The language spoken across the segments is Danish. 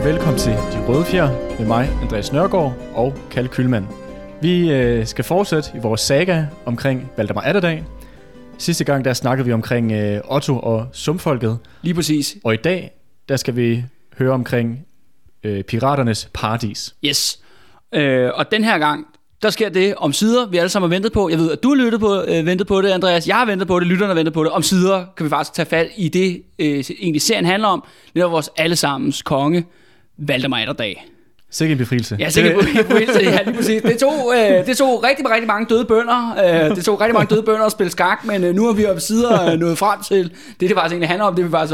velkommen til De Røde Fjer med mig, Andreas Nørgaard og Kalle Kühlmann. Vi skal fortsætte i vores saga omkring Valdemar Atterdag. Sidste gang der snakkede vi omkring Otto og Sumpfolket. Lige præcis. Og i dag der skal vi høre omkring Piraternes Paradis. Yes. Og den her gang, der sker det om sider, vi alle sammen har ventet på. Jeg ved, at du har ventet på det, Andreas. Jeg har ventet på det, lytterne har ventet på det. Om sider kan vi faktisk tage fat i det, egentlig serien handler om. Det er vores allesammens konge, Valdemar Atterdag. Sikke en befrielse. Ja, sikke en befrielse, ja, lige præcis. Det tog rigtig mange døde bønder. Det tog rigtig mange døde bønder at spille skak, men nu har vi om sider nået frem til det faktisk egentlig handler om. Det vi faktisk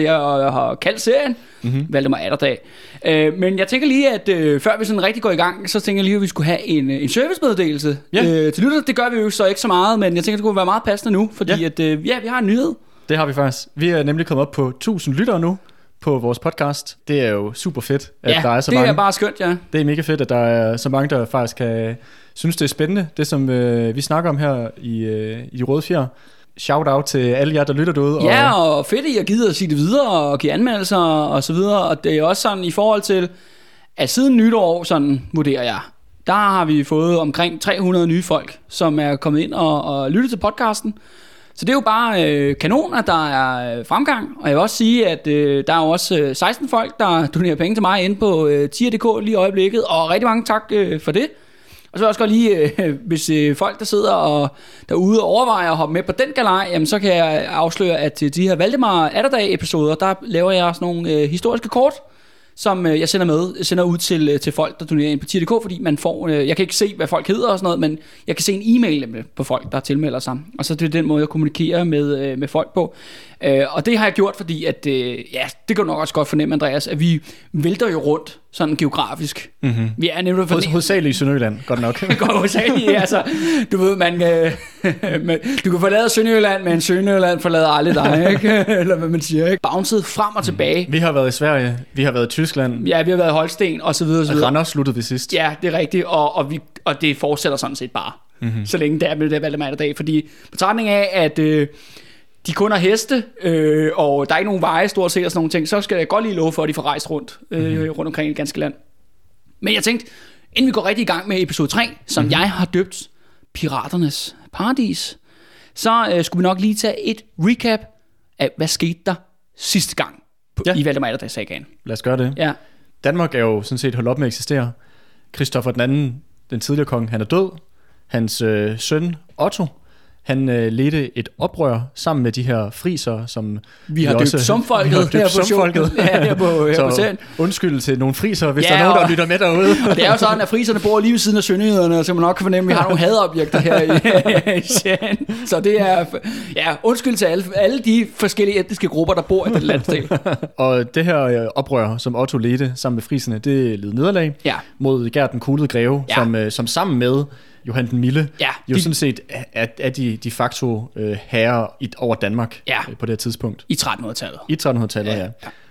har kaldt serien, Valdemar Atterdag. Men jeg tænker lige, at før vi sådan rigtig går i gang, så tænker jeg lige, at vi skulle have en servicemeddelelse til lytter. Det gør vi jo så ikke så meget, men jeg tænker, det kunne være meget passende nu, fordi at, vi har en nyhed. Det har vi faktisk. Vi er nemlig kommet op på 1000 lyttere nu på vores podcast. Det er jo super fedt, at der er så mange. Ja, det er bare skønt, ja. Det er mega fedt, at der er så mange, der faktisk kan synes, det er spændende. Det, som vi snakker om her i De Røde Fjer. Shout out til alle jer, der lytter derude. Ja, og fedt, at jeg gider at sige det videre og give anmeldelser og så videre. Og det er også sådan i forhold til, at siden nytår, sådan vurderer jeg, der har vi fået omkring 300 nye folk, som er kommet ind og lyttet til podcasten. Så det er jo bare kanon, at der er fremgang. Og jeg vil også sige, at der er også 16 folk, der donerer penge til mig inde på tier.dk lige i øjeblikket. Og rigtig mange tak for det. Og så vil jeg også godt lige, hvis folk, der sidder og derude og overvejer at hoppe med på den galej, jamen så kan jeg afsløre, at til de her Valdemar Atterdag-episoder, der laver jeg sådan nogle historiske kort, som jeg sender ud til folk, der donerer ind på tier.dk, fordi man får, jeg kan ikke se, hvad folk hedder og sådan noget, men jeg kan se en e-mail på folk, der tilmelder sig. Og så det er den måde, jeg kommunikerer med folk på. Og det har jeg gjort, fordi at, det kan du nok også godt fornemme, Andreas, at vi vælter jo rundt sådan geografisk. Mm-hmm. Vi er nemlig hovedsageligt i Sønderjylland, godt nok. Hovedsageligt, altså, du ved, du kan forlade Sønderjylland, men Sønderjylland forlader aldrig dig, ikke? Eller hvad man siger, ikke? Bouncet frem og tilbage. Vi har været i Sverige, vi har været i Tyskland. Ja, vi har været i Holsten, og så videre. Randers sluttede vi sidst. Ja, det er rigtigt, og det fortsætter sådan set bare. Mm-hmm. Så længe det er med det Valdemar Atterdag, fordi på betragtning af, at de kun har heste, og der er ikke nogen veje stort set og sådan nogle ting, så skal jeg godt lige love for, at de får rejst rundt omkring i det ganske land. Men jeg tænkte, inden vi går rigtig i gang med episode 3, som jeg har døbt Piraternes Paradis, så skulle vi nok lige tage et recap af, hvad skete der sidste gang i Valdemar Atterdag-sagaen. Lad os gøre det. Ja. Danmark er jo sådan set holdt op med at eksistere. Christoffer den anden, den tidligere konge, han er død. Hans søn Otto, han ledte et oprør sammen med de her friser, som vi har døbt Sumpfolket her på serien. Undskyld til nogle friser, hvis der er nogen, der lytter med derude. Og det er jo sådan, at friserne bor lige ved siden af sønderjyderne, så man nok kan fornemme, at vi har nogle hadobjekter her i serien. Så det er undskyld til alle de forskellige etniske grupper, der bor i den landsdel. Og det her oprør, som Otto ledte sammen med friserne, det led nederlag mod Gerd den Kuglede Greve, som sammen med Johan den Milde, jo sådan set er de facto herrer over Danmark på det her tidspunkt. I 1300-tallet. I 1300-tallet, ja.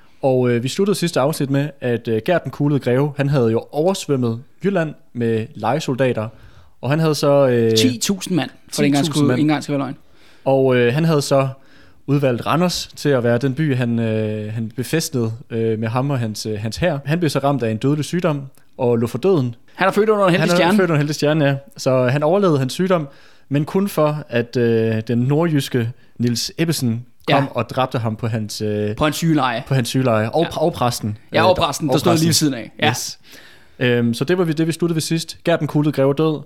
Og vi sluttede sidste afsnit med, at Gerd den Kuglede Greve, han havde jo oversvømmet Jylland med lejesoldater, og han havde så 10.000 mand, for det ikke engang skal være løgn. Og han havde så udvalgt Randers til at være den by, han befæstede med ham og hans hær. Han blev så ramt af en dødelig sygdom og lå for døden. Han er født under en heldig stjerne. Ja. Så han overlevede hans sygdom, men kun for, at den nordjyske Niels Ebbesen kom og dræbte ham på hans sygeleje. Og præsten. Ja, og præsten, der stod lige ved siden af. Ja. Yes. Så det var det, vi sluttede ved sidst. Gerd den Kuglede Greve død.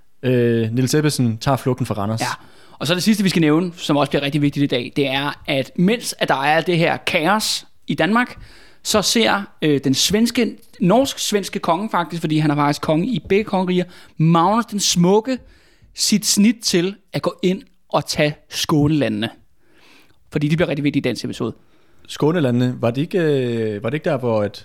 Niels Ebbesen tager flugten fra Randers. Ja. Og så det sidste, vi skal nævne, som også bliver rigtig vigtigt i dag, det er, at mens at der er det her kaos i Danmark, så ser den norsk-svenske konge faktisk, fordi han er faktisk konge i begge kongeriger, Magnus den Smukke, sit snit til at gå ind og tage Skånelandene. Fordi de bliver rigtig vigtige i den episode. Skånelandene, var det ikke der,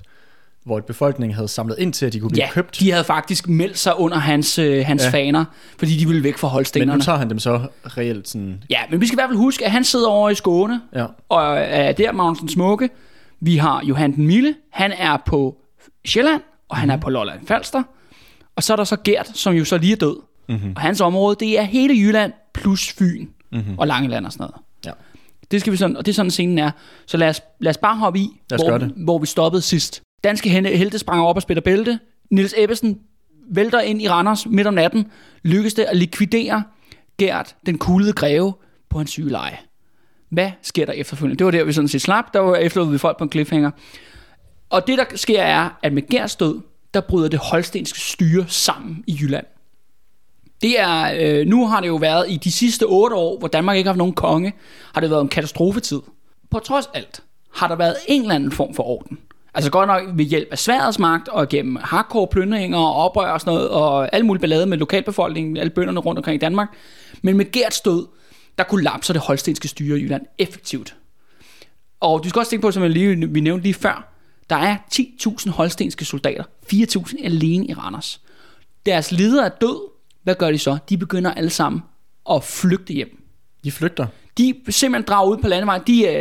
hvor befolkningen havde samlet ind til, at de kunne blive købt? De havde faktisk meldt sig under hans faner, fordi de ville væk fra holstenerne. Men nu tager han dem så reelt sådan... Ja, men vi skal i hvert fald huske, at han sidder over i Skåne, og er der Magnus den Smukke. Vi har Johan den Milde, han er på Sjælland, og han er på Lolland Falster. Og så er der så Gerd, som jo så lige er død. Mm-hmm. Og hans område, det er hele Jylland plus Fyn og Langeland og sådan noget. Ja. Det skal vi sådan, og det er sådan scenen er. Så lad os bare hoppe i, hvor vi stoppede sidst. Danske helte sprang op og spiller bælte. Niels Ebbesen vælter ind i Randers midt om natten. Lykkes det at likvidere Gert, den kuglede greve, på hans sygeleje. Hvad sker der efterfølgende? Det var der, vi sådan set slap. Der var efterladet vi folk på en cliffhanger. Og det, der sker, er, at med Gerts død, der bryder det holstenske styre sammen i Jylland. Det er, nu har det jo været i de sidste 8 år, hvor Danmark ikke har haft nogen konge, har det været en katastrofetid. På trods alt har der været en eller anden form for orden. Altså godt nok ved hjælp af sværets magt og gennem hardcore plyndringer og oprør og sådan noget, og alle mulige ballade med lokalbefolkningen, alle bønderne rundt omkring i Danmark. Men med Gerts død, der kollapser det holstenske styre i Jylland effektivt. Og du skal også tænke på, som vi nævnte lige før, der er 10.000 holstenske soldater, 4.000 alene i Randers. Deres leder er død. Hvad gør de så? De begynder alle sammen at flygte hjem. De flygter? De simpelthen drager ud på landevejen.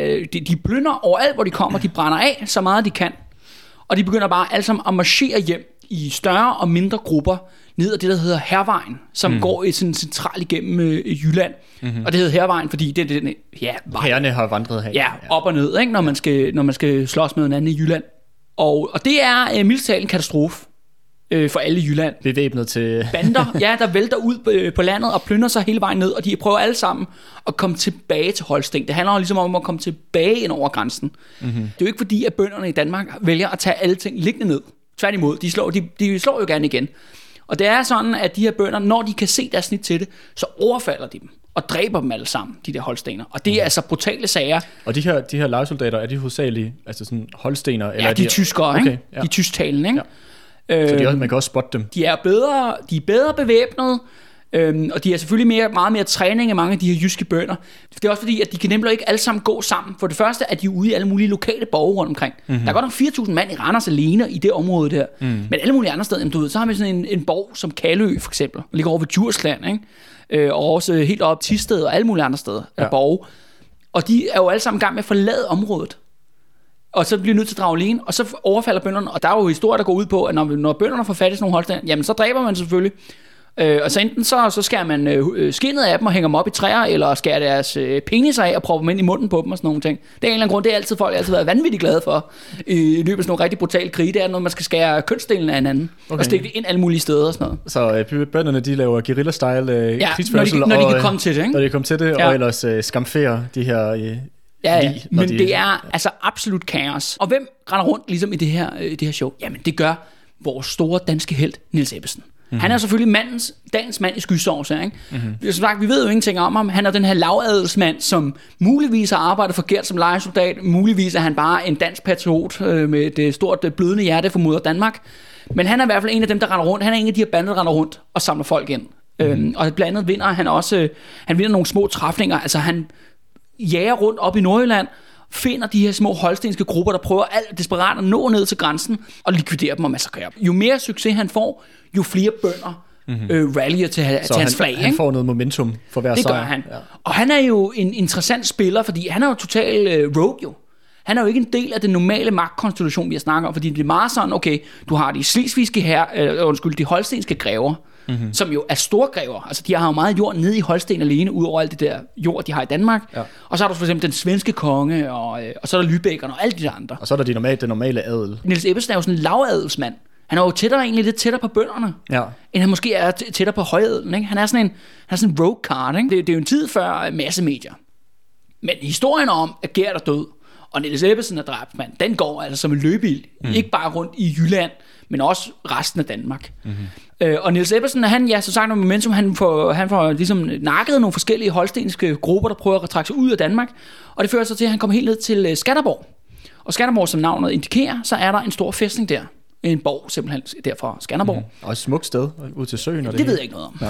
De plynder overalt, hvor de kommer. De brænder af så meget de kan. Og de begynder bare alle sammen at marchere hjem i større og mindre grupper ned ad det, der hedder Hærvejen, som går sådan centralt igennem Jylland. Og det hedder Hærvejen, fordi det er den Hærene har vandret her. Ja, op og ned, ikke? Når man skal slås med en anden i Jylland. Og det er mildt talt en katastrofe for alle i Jylland. Bevæbnet til bander, der vælter ud på landet og plynder sig hele vejen ned, og de prøver alle sammen at komme tilbage til Holsten. Det handler jo ligesom om at komme tilbage ind over grænsen. Det er jo ikke fordi, at bønderne i Danmark vælger at tage alle ting liggende ned. Tværtimod, de slår jo gerne igen. Og det er sådan, at de her bønder, når de kan se deres snit til det, så overfalder de dem og dræber dem alle sammen, de der holstener. Og det er altså brutale sager. Og de her lejesoldater, er de hovedsageligt altså sådan holstener? Ja, eller de er tyskere, okay, ikke? Ja. De er tysktalende, ikke? Ja. Så man kan også spotte dem. De er bedre bevæbnet, og de er selvfølgelig meget mere træning af mange af de her jyske bønder. Det er også fordi, at de kan nemlig ikke alle sammen gå sammen. For det første er de ude i alle mulige lokale borge rundt omkring. Der er godt nok 4.000 mand i Randers alene i det område der. Men alle mulige andre steder, jamen, du ved, så har vi sådan en borg som Kalø for eksempel, og ligger over ved Djursland, ikke? Og også helt op Tisted og alle mulige andre steder af borge. Og de er jo alle sammen i gang med at forlade området. Og så bliver nødt til at drage alene, og så overfalder bønderne. Og der er jo historier, der går ud på, at når bønderne får fat i sådan nogle holstener, jamen så dræber man selvfølgelig. Og så enten så skærer man skindet af dem og hænger dem op i træer, eller skærer deres peniser af og propper dem ind i munden på dem og sådan nogle ting. Det er en eller anden grund, det er altid folk altid været vanvittigt glade for i løbet af sådan nogle rigtig brutale krige. Det er, når man skal skære kønsdelen af hinanden og stikke det ind alle mulige steder og sådan noget. Så bønderne, de laver guerilla-style krigsførsel, når de kan komme til det, ikke? Når de kommer til det, og ellers skamferer de her... men det er altså absolut kaos. Og hvem render rundt ligesom i det her show? Jamen det gør vores store danske helt Niels Ebbesen. Han er selvfølgelig dagens mand i skysovs, ikke? Som sagt, vi ved jo ingenting om ham. Han er den her lavadelsmand, som muligvis har arbejdet for Gert som lejesoldat. Muligvis er han bare en dansk patriot med det stort blødende hjerte for moder Danmark. Men han er i hvert fald en af dem, der render rundt. Han er en af de her bander, der render rundt og samler folk ind. Og blandt andet vinder han også... Han vinder nogle små træfninger. Altså han jager rundt op i Nordjylland, finder de her små holstenske grupper, der prøver alt desperat at nå ned til grænsen og likvidere dem og massakrere dem. Jo mere succes han får, jo flere bønder rallyer til hans flag. Han får noget momentum for hver sejr. Det gør han. Ja. Og han er jo en interessant spiller, fordi han er jo total rogue jo. Han er jo ikke en del af den normale magtkonstitution, vi har snakket om, fordi det er meget sådan, okay, du har de slesvigske de holstenske grever, som jo er storgrever. Altså de har jo meget jord nede i Holsten alene, ud over alt det der jord, de har i Danmark. Ja. Og så har du for eksempel den svenske konge, og så er der Lübeckerne og alle de der andre. Og så er der den normale adel. Niels Ebbesen er jo sådan en lavadelsmand. Han er jo lidt tættere på bønderne, end han måske er tættere på højadelen. Ikke? Han er sådan en rogue card. Ikke? Det er jo en tid før massemedier. Men historien om, at Gert er død, og Niels Ebbesen er dræbt, den går altså som en løbebil. Ikke bare rundt i Jylland, men også resten af Danmark. Og Niels Ebbesen, han så sagt noget momentum, han får ligesom nakket nogle forskellige holstenske grupper, der prøver at trække sig ud af Danmark. Og det fører så til, at han kommer helt ned til Skanderborg. Og Skanderborg, som navnet indikerer, så er der en stor fæstning der. En borg simpelthen derfra Skanderborg. Og et smukt sted ud til søen. Det ved jeg ikke noget om.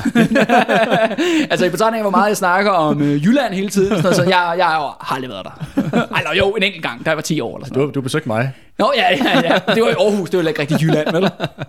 Altså i betragtning af, hvor meget jeg snakker om Jylland hele tiden, så jeg har aldrig været der. Eller jo, en enkelt gang, da jeg var 10 år eller sådan. Du besøgte mig. Nå ja. Det var i Aarhus, det var ikke rigtig Jylland, vel?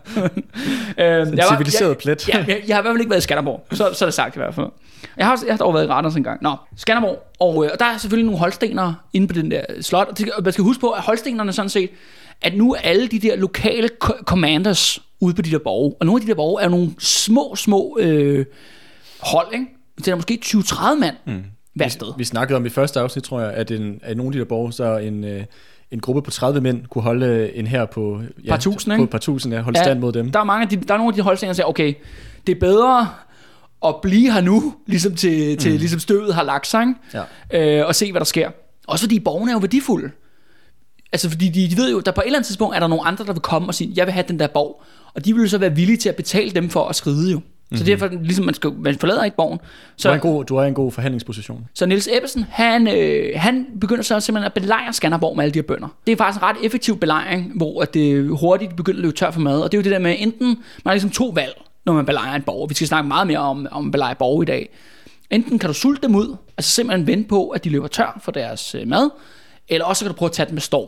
En civiliseret plet. Jeg har i hvert fald ikke været i Skanderborg, så er det sagt i hvert fald. Jeg har dog været i Randers en gang. Nå, Skanderborg. Og der er selvfølgelig nogle holstenere inde på den der slot. Og man skal huske på, at holstenerne sådan set, at nu er alle de der lokale commanders ude på de der borge. Og nogle af de der borge er nogle små hold, ikke? Det er måske 20-30 mand hver sted. Vi snakkede om i første afsnit, tror jeg, at nogle af de der borge, så en gruppe på 30 mænd kunne holde en her på par tusind, holde stand mod dem. Der er nogle af de holdstænger, der siger, okay, det er bedre at blive her nu, ligesom til ligesom støvet har lagt sig, og se, hvad der sker. Også fordi borgerne er jo værdifulde. Altså fordi de ved jo, der på et eller andet tidspunkt er der nogle andre, der vil komme og sige, jeg vil have den der borg. Og de vil jo så være villige til at betale dem for at skride jo. Så derfor, ligesom man forlader ikke borgen. Så, du er i en god forhandlingsposition. Så Niels Ebbesen, han begynder så simpelthen at belejre Skanderborg med alle de her bønder. Det er faktisk en ret effektiv belejring, hvor at det hurtigt begynder at løbe tør for mad. Og det er jo det der med, enten man har ligesom 2 valg, når man belejrer en borg. Vi skal snakke meget mere om belejre borg i dag. Enten kan du sulte dem ud, altså simpelthen vente på, at de løber tør for deres mad, eller også kan du prøve at tage dem med storm.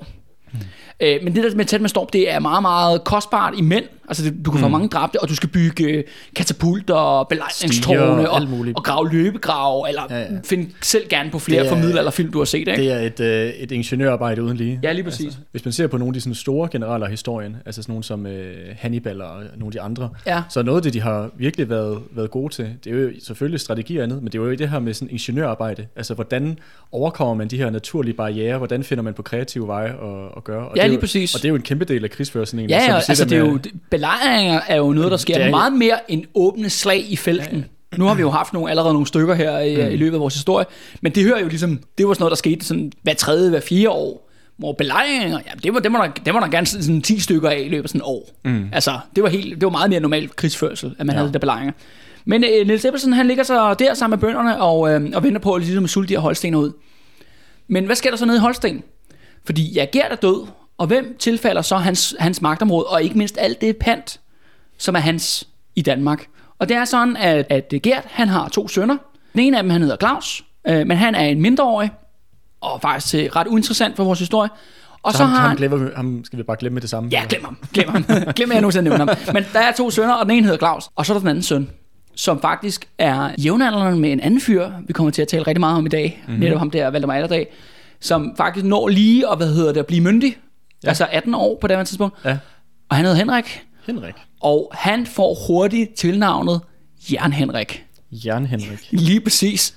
Men det der med at tage med storm, det er meget, meget kostbart i mænd. Altså du kan få mange dræbte, og du skal bygge katapulter og belejringstårne og grave løbegrave, eller finde selv gerne på flere formidler eller film, du har set, ikke? Det er et ingeniørarbejde uden lige. Ja, lige præcis. Altså, hvis man ser på nogle af de sådan store generaler af historien, altså sådan nogle som Hannibal og nogle af de andre, så noget af det, de har virkelig været gode til, det er jo selvfølgelig strategi og andet, men det er jo det her med sådan ingeniørarbejde. Altså hvordan overkommer man de her naturlige barrierer, hvordan finder man på kreative veje at gøre. Og lige præcis. Og det er jo en kæmpe del af krigsførelsen egentlig. Ja, altså det er jo, belejringer er jo noget, der sker meget mere end åbne slag i felten. Nu har vi jo haft allerede nogle stykker her i løbet af vores historie, men det hører jo ligesom, det var sådan noget, der skete sådan hver 3., hver 4 år, hvor belejringer, det var der gerne sådan 10 stykker af i løbet af sådan et år. Altså, det var meget mere normal krigsførsel, at man havde der belejringer. Men Niels Ebbesen, han ligger så der sammen med bønderne og venter på at ligesom sulte de her Holstener ud. Men hvad sker der så nede i Holsten? Fordi Gert er død, og hvem tilfalder så hans magtområde, og ikke mindst alt det pant, som er hans i Danmark. Og det er sådan, at Gert, han har 2 sønner. Den ene af dem, han hedder Claus, men han er en mindreårig, og faktisk ret uinteressant for vores historie. Og så har ham skal vi bare glemme med det samme. Ja, glem ham. Glem jeg nogensinde nævner ham. Men der er 2 sønner, og den ene hedder Claus, og så er der den anden søn, som faktisk er jævnaldrende med en anden fyr, vi kommer til at tale rigtig meget om i dag, netop ham der, Valdemar Atterdag, som faktisk når lige at blive myndig, altså 18 år på det tidspunkt. Ja. Og han hedder Henrik. Og han får hurtigt tilnavnet Jern-Henrik. Jern-Henrik. Lige præcis.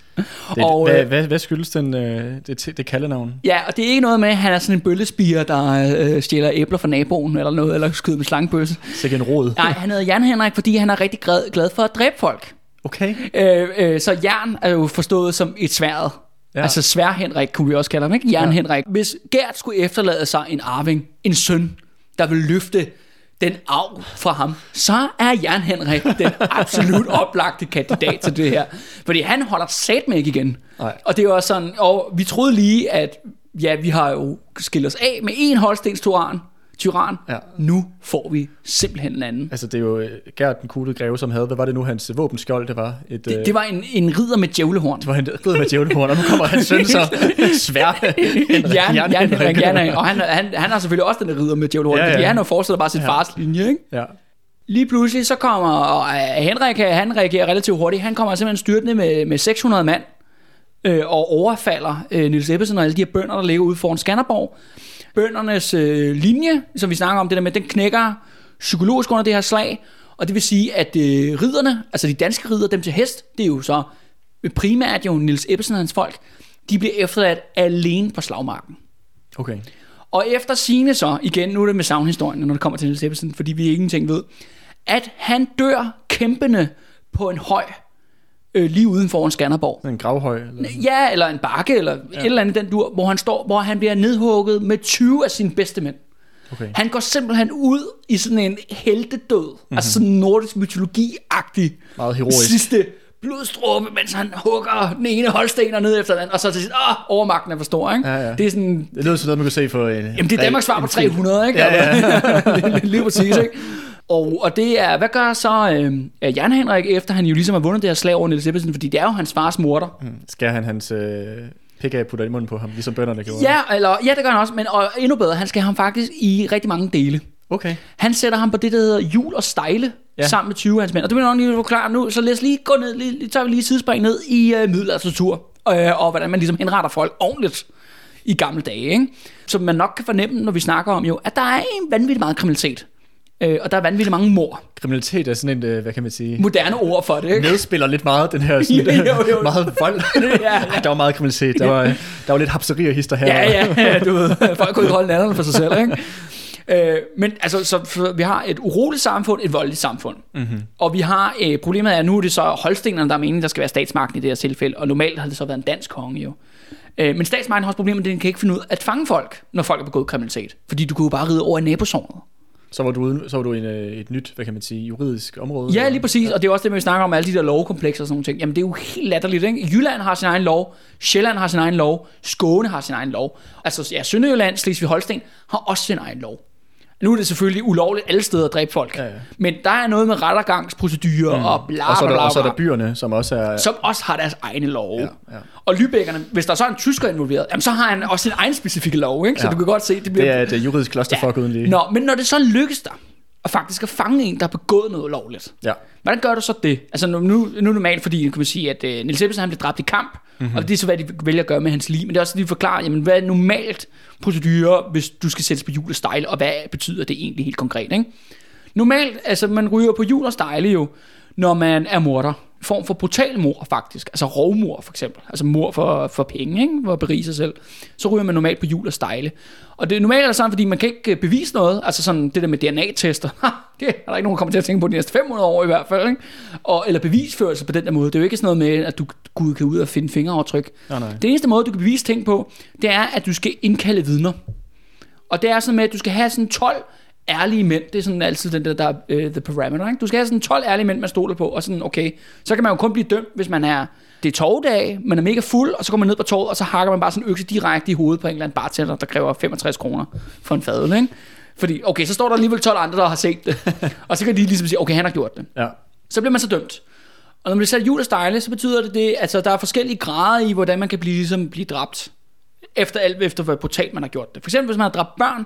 Hvad skyldes det kaldenavn? Ja, og det er ikke noget med, at han er sådan en bøllespiger, der stjæler æbler fra naboen eller noget, eller skyder med slangebøsse. Sikke en rod. Nej, han hedder Jern-Henrik, fordi han er rigtig glad for at dræbe folk. Okay. Så jern er jo forstået som et sværd. Ja. Altså Svær-Henrik kunne vi også kalde ham, ikke? Jern-Henrik. Hvis Gert skulle efterlade sig en arving, en søn, der vil løfte den arv fra ham, så er Jern-Henrik den absolut oplagte kandidat til det her. Fordi han holder satme ikke igen. Nej. Og det er også sådan, og vi troede lige, at vi har jo skilt os af med en holstens tyran. Ja. Nu får vi simpelthen en anden. Altså det er jo Gert den kuglede greve, som havde, hvad var det nu, hans våbenskjold, det var? Det var en ridder med djævlehorn. Det var en ridder med djævlehorn, og nu kommer hans søn så svær. Jern. Og han har selvfølgelig også den ridder med djævlehorn, fordi han har fortsat bare sin fars linje, ikke? Ja. Lige pludselig så kommer Henrik, han reagerer relativt hurtigt. Han kommer simpelthen styrtende med 600 mand og overfalder Niels Ebbesen og alle de her bønder, der ligger ude foran Skanderborg. Bøndernes linje, som vi snakker om, det der med, den knækker psykologisk under det her slag, og det vil sige, at ridderne, altså de danske ridder, dem til hest, det er jo så primært jo Niels Ebbesen og hans folk, de bliver efterladt alene på slagmarken. Okay. Og efter sigende så, igen, nu er det med savnhistorien, når det kommer til Niels Ebbesen, fordi vi ingenting ved, at han dør kæmpende på en høj, lige uden for en Skanderborg. En gravhøj? Eller? Ja, eller en bakke, eller et eller andet den dur, hvor han bliver nedhugget med 20 af sine bedste mænd. Okay. Han går simpelthen ud i sådan en heltedød, altså sådan nordisk mytologi-agtig. Meget heroisk. Sidste blodstråbe, mens han hugger den ene holstener ned efter den anden, og så til sidst, overmagten er for stor, ikke? Ja. Det er sådan... Det lyder sådan noget, man kan se for en... Jamen, det er Danmarks svar på 300, ikke? Ja. Lige præcis, ikke? Og det er, hvad gør så Jern-Henrik, efter han jo ligesom har vundet det her slag over Niels Ebbesen, fordi det er jo hans fars morder. Skal han hans pik af putter i munden på ham, ligesom bønderne gjorde? Ja, det gør han også, men og endnu bedre, han skal ham faktisk i rigtig mange dele. Okay. Han sætter ham på det, der hedder hjul og stejle, sammen med 20 af hans mænd. Og det vil jeg nok lige forklare nu, så lad os lige gå ned, tager vi lige sidespring ned i middelalderkultur, og hvordan man ligesom henretter folk ordentligt i gamle dage, ikke? Så man nok kan fornemme, når vi snakker om jo, at der er en vanvittig meget kriminalitet Og der er vanvittigt mange mord. Kriminalitet er sådan en, hvad kan man sige... moderne ord for det, ikke? Medspiller lidt meget, den her sådan, jo. Meget vold. Ja. Der var meget kriminalitet. Der var lidt hapseri og hister her. Ja, du ved. Folk kunne ikke holde nærmere for sig selv, ikke? Men altså, så vi har et uroligt samfund, et voldeligt samfund. Mm-hmm. Og vi har, problemet er, nu er det så holstenerne, der er meningen, der skal være statsmagten i det her tilfælde, og normalt har det så været en dansk konge jo. Men statsmagten har også problemet, at den kan ikke finde ud at fange folk, når folk har begået kriminalitet. Fordi du kunne jo bare ride over i nabosognet. Så var du i et nyt, hvad kan man sige, juridisk område? Ja, lige præcis, og det er også det, vi snakker om, alle de der lovkomplekser og sådan nogle ting. Jamen det er jo helt latterligt, ikke? Jylland har sin egen lov, Sjælland har sin egen lov, Skåne har sin egen lov. Altså ja, Sønderjylland, Slesvig-Holsten har også sin egen lov. Nu er det selvfølgelig ulovligt alle steder at dræbe folk. Ja. Men der er noget med rettergangsprocedurer og bla bla bla. Og så er der byerne, som også har deres egne love. Ja. Og Lübeckerne, hvis der så er en tysker involveret, jamen, så har han også sin egen specifikke lov, ikke? Så du kan godt se, det bliver... Det er et juridisk klosterfuck uden lige. Nå, men når det så lykkes dig at faktisk at fange en, der har begået noget ulovligt, hvordan gør du så det? Altså nu normalt, fordi kan man sige, at Niels Ebbesen han blev dræbt i kamp, og det er så, hvad de vælger at gøre med hans liv. Men det er også, at de forklarer, jamen, hvad er normalt procedure, hvis du skal sættes på hjul og stejle, og hvad betyder det egentlig helt konkret, ikke? Normalt, altså man ryger på hjul og stejle jo, når man er morder. En form for brutal mord faktisk, altså rovmord for eksempel, altså mord for penge, ikke? For at berige sig selv. Så ryger man normalt på hjul og stejle. Og det er normalt sådan, fordi man kan ikke bevise noget, altså sådan det der med DNA-tester, det er der ikke nogen, der kommer til at tænke på de næste 500 år i hvert fald, ikke? Eller bevisførelse på den der måde. Det er jo ikke sådan noget med, at du kan ud og finde fingeraftryk. Nej. Det eneste måde, du kan bevise ting på, det er, at du skal indkalde vidner. Og det er sådan med, at du skal have sådan 12 ærlige mænd, det er sådan altid den der the parameter, ikke? Du skal have sådan 12 ærlige mænd, man stoler på, og sådan, okay, så kan man jo kun blive dømt, hvis man er, det er torvdag, man er mega fuld, og så går man ned på torvet, og så hakker man bare sådan en økse direkte i hovedet på en eller anden bartender, der kræver 65 kroner for en fadøl, ikke? Fordi, okay, så står der alligevel 12 andre, der har set det, og så kan de ligesom sige, okay, han har gjort det. Ja. Så bliver man så dømt. Og når man bliver sat hjul og stejle, så betyder det, altså der er forskellige grader i, hvordan man kan blive dræbt, efter hvor brutalt man har gjort det. For eksempel, hvis man har dræbt børn,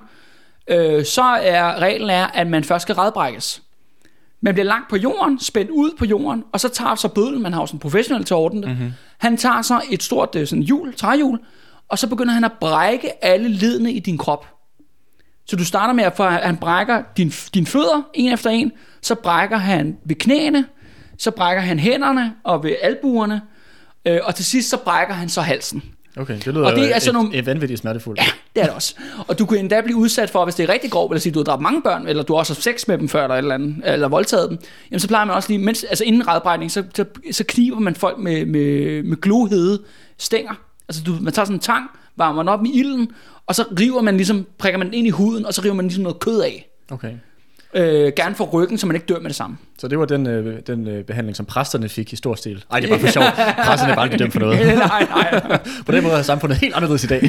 så er reglen at man først skal radbrækkes. Man bliver lagt på jorden, spændt ud på jorden, og så tager så bødlen, man har jo sådan en professionel til at ordne det. Mm-hmm. Han tager så et stort sådan træhjul, og så begynder han at brække alle ledene i din krop. Så du starter med, at han brækker dine fødder, en efter en, så brækker han ved knæene, så brækker han hænderne og ved albuerne, og til sidst så brækker han så halsen. Okay, det lyder det er vanvittigt smertefuldt. Ja, det er det også. Og du kunne endda blive udsat for, hvis det er rigtig grov, eller sige, du har dræbt mange børn, eller du også har sex med dem før, eller voldtaget dem, jamen så plejer man også lige, altså inden radbrækning, så kniber man folk med glohede stænger. Altså man tager sådan en tang, varmer den op med ilden, og så prikker man den ind i huden, og så river man ligesom noget kød af. Okay. Gerne for ryggen, så man ikke dør med det samme. Så det var den behandling, som præsterne fik i stor stil. Ej, det er bare for sjovt. Præsterne er bare ikke dømt for noget. Nej. På den måde er samfundet helt anderledes i dag.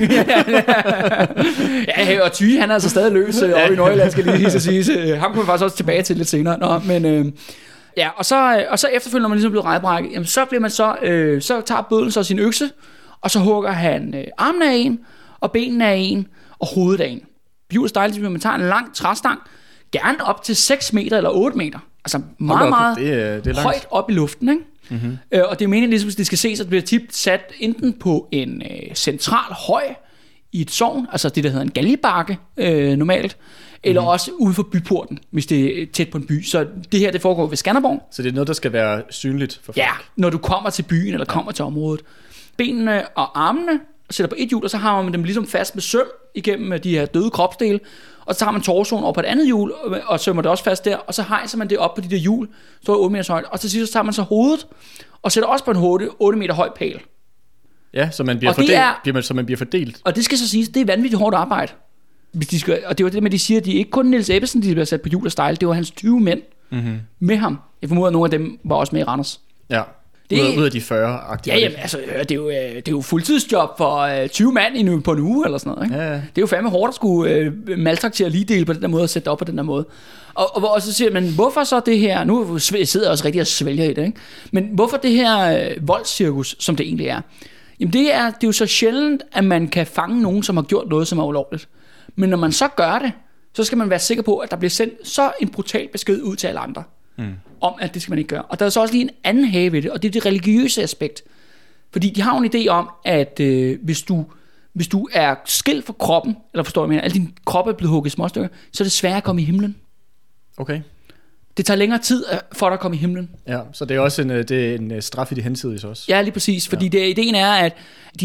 Ja, og Thy, han er altså stadig løs oppe i Nordjylland, skal lige sige. Ham kommer vi faktisk også tilbage til lidt senere. Nå, men ja, og så efterfølgende, når man ligesom bliver radbrækket, jamen så bliver man så tager bødlen så sin økse, og så hugger han armene af en, og benene af en, og hovedet af en. Hjul stejligt, man tager en lang træstang, gerne op til 6 meter eller 8 meter. Altså meget det er højt op i luften, ikke? Mm-hmm. Og det er meningen, ligesom, at det skal ses, at det bliver tit sat enten på en central høj i et sogn, altså det, der hedder en galjebakke normalt, eller også ude for byporten, hvis det er tæt på en by. Så det her, det foregår ved Skanderborg. Så det er noget, der skal være synligt for folk? Ja, når du kommer til byen, eller kommer til området. Benene og armene sætter på et hjul, og så har man dem ligesom fast med søm igennem de her døde kropsdele, og så tager man torsoen over på et andet hjul, og sømmer det også fast der, og så hejser man det op på de der hjul, står 8 meters højt, og til sidst så tager man så hovedet, og sætter også på en 8 meter høj pæl. Ja, så man bliver fordelt. Og det skal så siges, det er vanvittigt hårdt arbejde. Hvis de skal, og det var det med, de siger, at de ikke kun Niels Ebbesen, de bliver sat på hjul og stejle, det var hans 20 mænd med ham. Jeg formoder, at nogle af dem var også med i Randers. Ja. Ud af de 40 aktive. Ja, jamen, altså, det er jo fuldtidsjob for 20 mand på en uge eller sådan noget, ikke? Ja. Det er jo fandme hårdt at skulle maltraktere lige dele på den der måde og sætte op på den der måde. Og så siger man, hvorfor så det her, nu sidder jeg også rigtig og svælger i det, ikke? Men hvorfor det her voldscirkus, som det egentlig er? Jamen det er jo så sjældent, at man kan fange nogen, som har gjort noget, som er ulovligt. Men når man så gør det, så skal man være sikker på, at der bliver sendt så en brutal besked ud til alle andre. Om at det skal man ikke gøre. Og der er så også lige en anden have ved det, og det er det religiøse aspekt. Fordi de har en idé om, at hvis du er skilt fra kroppen, eller forstår jeg, alle dine kroppe er blevet hugget i småstykker, så er det svært at komme i himlen. Okay. Det tager længere tid for dig at komme i himlen. Ja, så det er også en straf i de hensides også. Ja, lige præcis, fordi ideen er, at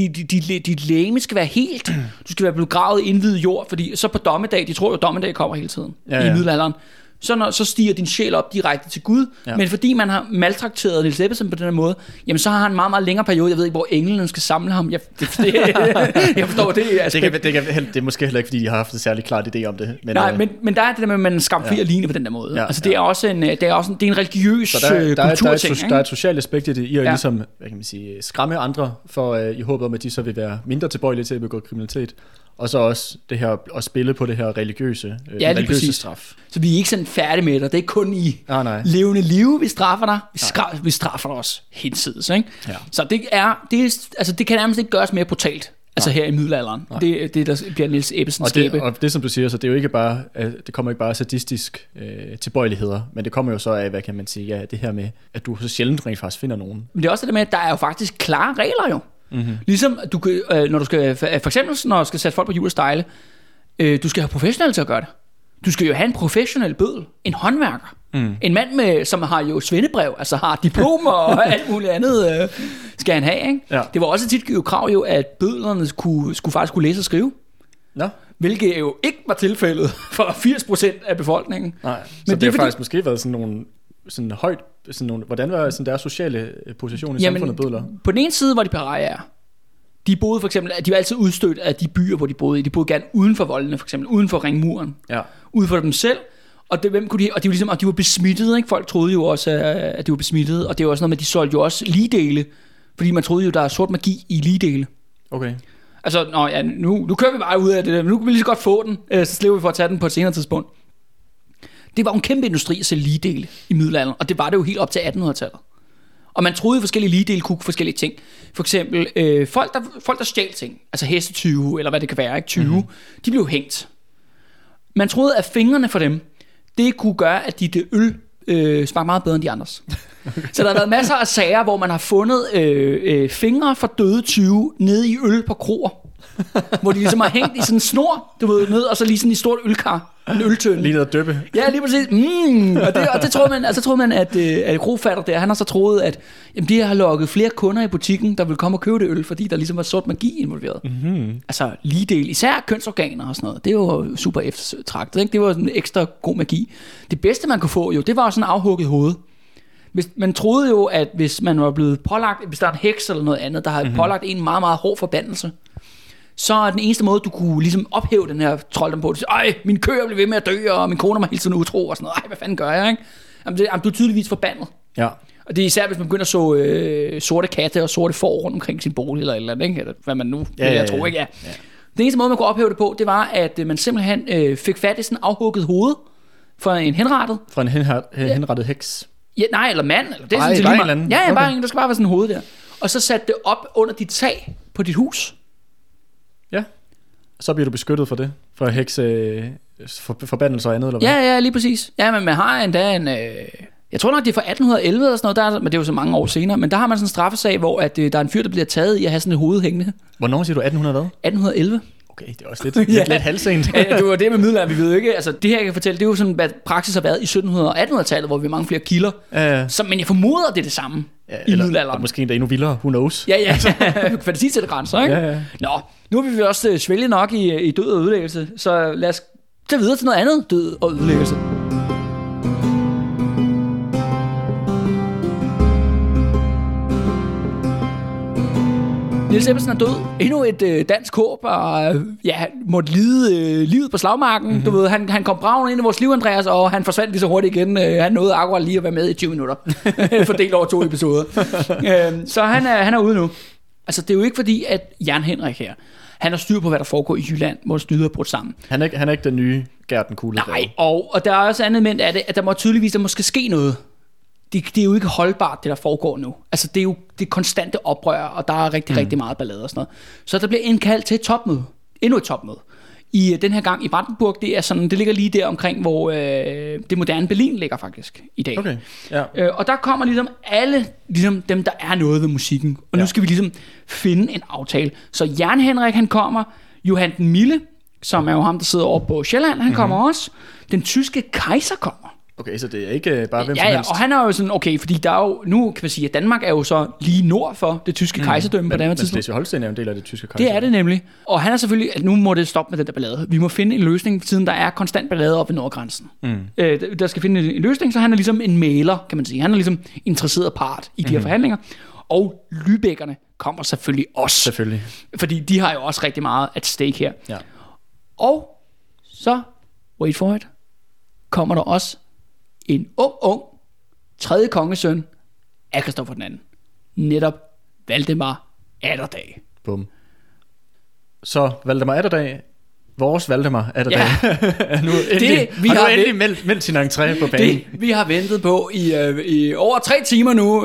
dit legeme skal være helt, du skal være blevet gravet i indviet jord, fordi så på dommedag, de tror jo, at dommedag kommer hele tiden i middelalderen, så stiger din sjæl op direkte til Gud, men fordi man har maltrakteret Niels Ebbesen på den her måde, jamen så har han en meget, meget længere periode, jeg ved ikke, hvor englene skal samle ham, jeg forstår det aspekt. Det er måske heller ikke, fordi de har haft et særligt klart idé om det. Men, men der er det der med, at man skamfirer lignende på den der måde. Altså det er også en religiøs kulturting. Der er et socialt aspekt i det, i at ligesom, hvad kan man sige, skræmme andre, for i håbet om, at de så vil være mindre tilbøjelige til at begå kriminalitet. Og så også det her at spille på det her religiøse straf. Så vi er ikke sådan færdige med dig. Det er ikke kun i levende liv, vi straffer dig. Vi straffer dig også hinsides, ikke? Ja. Så det kan nærmest ikke gøres mere brutalt. Altså her i middelalderen. Det der bliver Niels Ebbesens skæbne. Og det som du siger, så det er jo ikke bare, det kommer ikke bare af sadistisk tilbøjeligheder, men det kommer jo så af, hvad kan man sige, det her med, at du så sjældent rent faktisk finder nogen. Men det er også det med, at der er jo faktisk klare regler jo. Mm-hmm. Ligesom du når du skal, for eksempel når du skal sætte folk på hjul og stejle, du skal have professionelle til at gøre det. Du skal jo have en professionel bøddel, en håndværker, en mand som har jo svendebrev, altså har diplomer og alt muligt andet skal han have, ikke? Ja. Det var også tit jo krav jo, at bødlerne skulle faktisk kunne læse og skrive. Ja. Hvilket jo ikke var tilfældet for 80% af befolkningen. Nej, så det har faktisk måske været sådan nogle sådan højt, sådan nogle, hvordan var sådan deres sociale position i samfundet bødler? På den ene side var de pariaer. De boede for eksempel, de var altid udstødt af de byer, hvor de boede i. De boede gerne uden for voldene, for eksempel uden for ringmuren. Ja. Uden for dem selv. Og det, hvem kunne de, og de var ligesom, og de var besmittede, ikke? Folk troede jo også, at de var besmittede, og det var også noget med, at de solgte jo også ligedele, fordi man troede jo, der er sort magi i ligedele. Okay. Altså, nu kører vi bare ud af det der, men nu kan vi lige så godt få den, så slipper vi for at tage den på et senere tidspunkt. Det var en kæmpe industri at sælge ligedele i middelalderen, og det var det jo helt op til 1800-tallet. Og man troede, at forskellige ligedele kunne forskellige ting. For eksempel, folk der stjal ting, altså hestetyve, eller hvad det kan være, ikke? Tyve, de blev hængt. Man troede, at fingrene for dem, det kunne gøre, at dit øl smagte meget bedre end de andres. Okay. Så der har været masser af sager, hvor man har fundet fingre fra døde tyve nede i øl på kroer. Hvor de ligesom har hængt i sådan en snor, du ved, ned, og så lige sådan i stort ølkar, en øltønde. Lige noget døbe. Ja, lige præcis. Og det troede man, altså troede man, at krofatter der, han har så troet, at jamen, de har lukket flere kunder i butikken, der vil komme og købe det øl, fordi der ligesom var sort magi involveret. Mm-hmm. Altså ligedel, især kønsorganer og sådan noget, det var jo super eftertragtet, ikke? Det var sådan en ekstra god magi. Det bedste man kunne få jo, det var sådan en afhugget hoved. Man troede jo, at hvis man var blevet pålagt, hvis der er en heks eller noget andet, der havde pålagt en meget, meget hård forbandelse, så er den eneste måde, du kunne ligesom ophæve den her trolddom på, ej, min køer blev ved med at dø, og min kone var hele tiden utro, og sådan noget, ej, hvad fanden gør jeg, ikke? Jamen, du er tydeligvis forbandet. Ja. Og det er især, hvis man begynder at så sorte katte og sorte får rundt omkring sin bolig, eller et eller andet, ikke? Eller hvad man nu jeg tror, ikke? Ja. Den eneste måde, man kunne ophæve det på, det var, at man simpelthen fik fat i sådan en afhugget hoved fra en henrettet. Fra en henrettet heks? Ja, nej, eller mand, eller det er sådan bare en ja, bare en, der skal bare være sådan en hoved der. Og så satte det op under dit tag på dit hus. Ja. Så bliver du beskyttet for det, for hekse forbandelser og andet, eller hvad? Ja, lige præcis. Ja, men man har endda en jeg tror nok, det er fra 1811 eller sådan noget, men det er jo så mange år senere. Men der har man sådan en straffesag, hvor at, der er en fyr, der bliver taget i at have sådan et hoved hængende. Hvornår siger du 1800 hvad? 1811. Okay, det er også lidt halvsent. Ja, det var det med middelalderen, vi ved ikke. Altså, det her, jeg kan fortælle, det er jo sådan, hvad praksis har været i 1700- og 1800-tallet, hvor vi har mange flere kilder. Ja. Men jeg formoder, det er det samme i middelalderen. Måske endda endnu vildere, who knows? Ja. Fantasi til det grænser, ikke? Ja. Nå, nu vil vi også svælge nok i død og ødelæggelse, så lad os tage videre til noget andet død og ødelæggelse. Niels Ebbesen er død. Endnu et dansk håb, og måtte lide livet på slagmarken. Mm-hmm. Du ved, han kom braven ind i vores liv, Andreas, og han forsvandt lige så hurtigt igen. Han nåede akkurat lige at være med i 20 minutter. Fordelt over 2 episoder. Så han er ude nu. Altså, det er jo ikke fordi, at Jan Henrik her, han har styr på, hvad der foregår i Jylland, hvor styret er brudt sammen. Han er ikke den nye Gert den Kugle. Nej, og der er også andet element af det, at der måske ske noget. Det er jo ikke holdbart, det der foregår nu. Altså, det er jo det konstante oprør, og der er rigtig meget ballade og sådan noget. Så der bliver indkaldt til et topmøde. Endnu et topmøde. I den her gang i Brandenburg, det ligger lige der omkring, hvor det moderne Berlin ligger faktisk i dag. Okay. Ja. Og der kommer ligesom alle dem, der er noget ved musikken. Og nu skal vi ligesom finde en aftale. Så Jan Henrik, han kommer. Johan den Milde, som er jo ham, der sidder over på Sjælland, han kommer også. Den tyske kejser kommer. Okay, så det er ikke bare hvem som helst. Og han er jo sådan, okay, fordi der er jo, nu kan man sige, at Danmark er jo så lige nord for det tyske kejserdømme på det her tidspunkt. Men Slesvig-Holsten er jo en del af det tyske kejserdømme. Det er det nemlig. Og han er selvfølgelig, at nu må det stoppe med den der ballade. Vi må finde en løsning, siden der er konstant ballade op ved nordgrænsen. Der skal finde en løsning, så han er ligesom en mægler, kan man sige. Han er ligesom interesseret part i de her forhandlinger. Og Lübeckerne kommer selvfølgelig også. Selvfølgelig. Fordi de har jo også rigtig meget at stake her. Ja. Og så, wait for it, kommer der også en ung, tredje kongesøn af Christoffer den anden. Netop Valdemar Atterdag. Bum. Så Valdemar Atterdag, vores Valdemar Atterdag, er nu endelig meldt sin entré på banen. Det vi har ventet på i over 3 timer nu,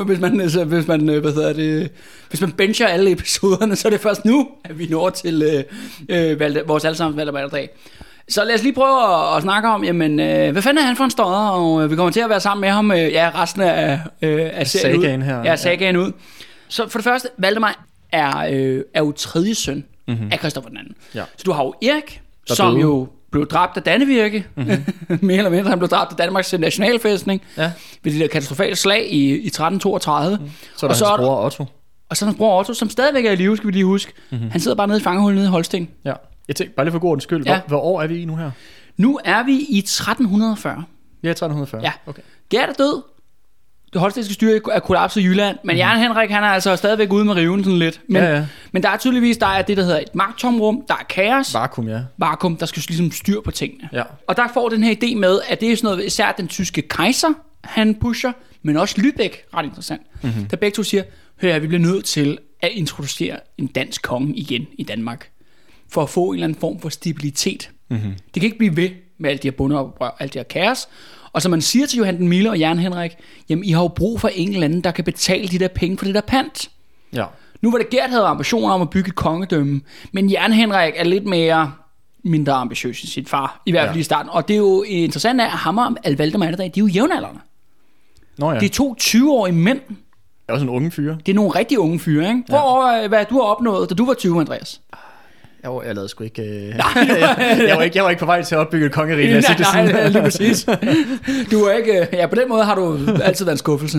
hvis man bencher alle episoderne, så er det først nu, at vi når til vores allesammens Valdemar Atterdag. Så lad os lige prøve at snakke om, jamen, hvad fanden er han for en stodder, og vi kommer til at være sammen med ham, resten af sagaen her. Ja, sagaen ud. Så for det første, Valdemar er jo tredje søn af Christoffer den anden. Ja. Så du har jo Erik, som jo blev dræbt af Dannevirke, mere eller mindre. Han blev dræbt af Danmarks nationalfæstning, ved det der katastrofale slag i 1332. Så er der hans bror Otto. Og så er hans bror Otto, som stadigvæk er i live, skal vi lige huske. Han sidder bare nede i fangehullet nede i Holsten. Ja. Jeg tænker, bare lige for god ordens skyld, hvor år er vi i nu her? Nu er vi i 1340. Ja, 1340. Ja. Okay. Gerd er død. Det holstenske styre er kollapset i Jylland. Men Jern Henrik, han er altså stadigvæk ude med riven sådan lidt. Men der er tydeligvis, der er det, der hedder et magttomrum. Der er kaos. Vakuum, der skal ligesom styr på tingene. Ja. Og der får den her idé med, at det er sådan noget, især den tyske kejser, han pusher, men også Lübeck, ret interessant. Der begge to siger, hør, vi bliver nødt til at introducere en dansk konge igen i Danmark, for at få en eller anden form for stabilitet. Det kan ikke blive ved med alt de her bundeoprør, alt det her kaos. Og så man siger til Johan den Milde og Jern Henrik, jamen I har jo brug for en eller anden, der kan betale de der penge for det der pant. Ja. Nu var det Gerd havde ambitioner om at bygge et kongedømme, men Jern Henrik er lidt mindre ambitiøs end sin far, i hvert fald i starten. Og det er jo interessant, at ham og Valdemar Atterdag, de er jo jævnaldrende. Det er 2 20-årige mænd. Det er også en unge fyre. Det er nogle rigtig unge fyre, ikke? Prøv over, hvad du har opnået, da du var 20, Andreas. Jeg lavede sgu ikke... jeg var ikke på vej til at opbygge et kongerige, lad os sige det sådan. Nej, lige præcis. Du er ikke... Ja, på den måde har du altid været en skuffelse.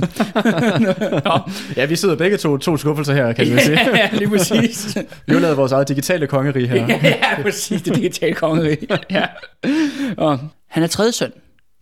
Ja, vi sidder begge to skuffelser her, kan vi sige. Ja, lige præcis. Vi har lavet vores eget digitale kongerige her. Ja, præcis, det digitale kongerige. Ja. Og han er tredje søn.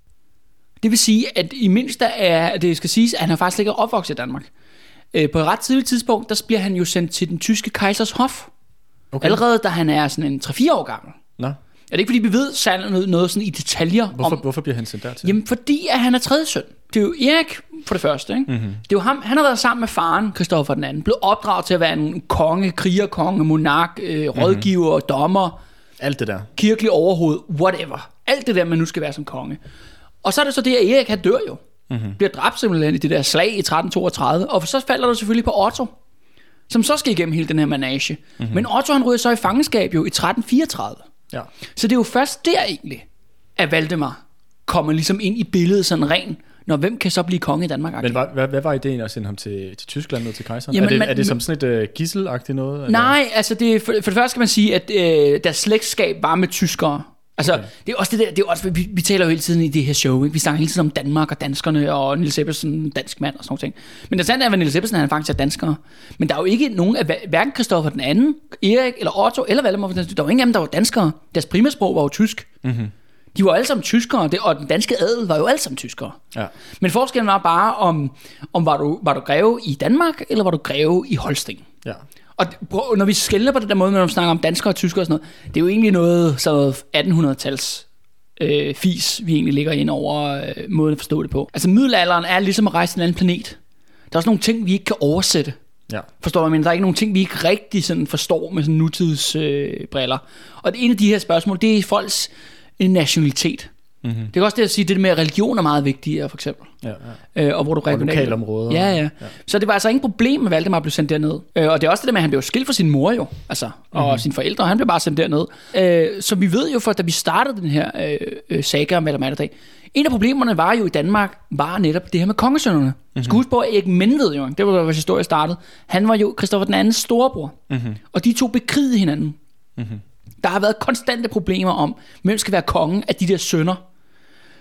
Det vil sige, at i mindste er... Det skal siges, at han har faktisk ikke opvokset i Danmark. På et ret tidligt tidspunkt, der bliver han jo sendt til den tyske kejsers hof. Okay. Allerede da han er sådan en 3-4 år gammel. Nå. Er det ikke fordi vi ved noget sådan i detaljer? Hvorfor bliver han sendt dertil? Jamen fordi at han er tredje søn. Det er jo Erik for det første, ikke? Det er jo ham. Han har været sammen med faren Christoffer den anden, blevet opdraget til at være en konge, krigerkonge, monark, rådgiver, dommer, alt det der, kirkelig overhoved, whatever. Alt det der man nu skal være som konge. Og så er det så det at Erik han dør jo. Bliver dræbt simpelthen i det der slag i 1332, og så falder det selvfølgelig på Otto, som så skal igennem hele den her manage. Men Otto han ryger så i fangenskab jo i 1334. Ja. Så det er jo først der egentlig, at Valdemar kommer ligesom ind i billedet sådan ren, når hvem kan så blive konge i Danmark? Men hvad var ideen at sende ham til Tyskland og til kejseren? Jamen, er det som sådan et gisselagtigt noget? Nej, altså for det første skal man sige, at deres slægtskab var med tyskere. Altså, okay. Det er også det der, det er også, vi taler jo hele tiden i det her show, ikke? Vi snakker hele tiden om Danmark og danskerne og Niels Ebbesen, dansk mand og sådan noget ting. Men det sande er, at Niels Ebbesen han faktisk er danskere. Men der er jo ikke nogen af hverken Christoffer den anden, Erik eller Otto eller Valdemar, der var ingen af dem, der var danskere. Deres primærsprog var jo tysk. De var alle sammen tyskere, og den danske adel var jo alle sammen tyskere. Ja. Men forskellen var bare om var du greve i Danmark eller var du greve i Holsten. Ja. Og når vi skelner på den der måde, når vi snakker om danskere og tyskere og sådan noget, det er jo egentlig noget sådan 1800-tals fis, vi egentlig ligger ind over måden at forstå det på. Altså middelalderen er ligesom at rejse til en anden planet. Der er også nogle ting, vi ikke kan oversætte. Ja. Forstår du, men der er ikke nogle ting, vi ikke rigtig sådan forstår med sådan nutidsbriller. Og det ene af de her spørgsmål, det er folks nationalitet. Det kan også det at sige, det med religion er meget vigtigere, for eksempel. Og hvor du regionalt. Lokalområder. Ja. Så det var altså ingen problem med Valdemar blev sendt derned. Og det er også det der med, at han blev skilt fra sin mor jo, altså, og sine forældre, og han blev bare sendt derned. Så vi ved jo, for da vi startede den her saga om Valdemar Atterdag, en af problemerne var jo i Danmark, var netop det her med kongesønnerne. Skal huske på, at Erik Menved jo, det var vores historie startede, han var jo Christoffer den andens storebror. Og de to bekrigede hinanden. Der har været konstante problemer om, hvem skal være kongen af de der sønner.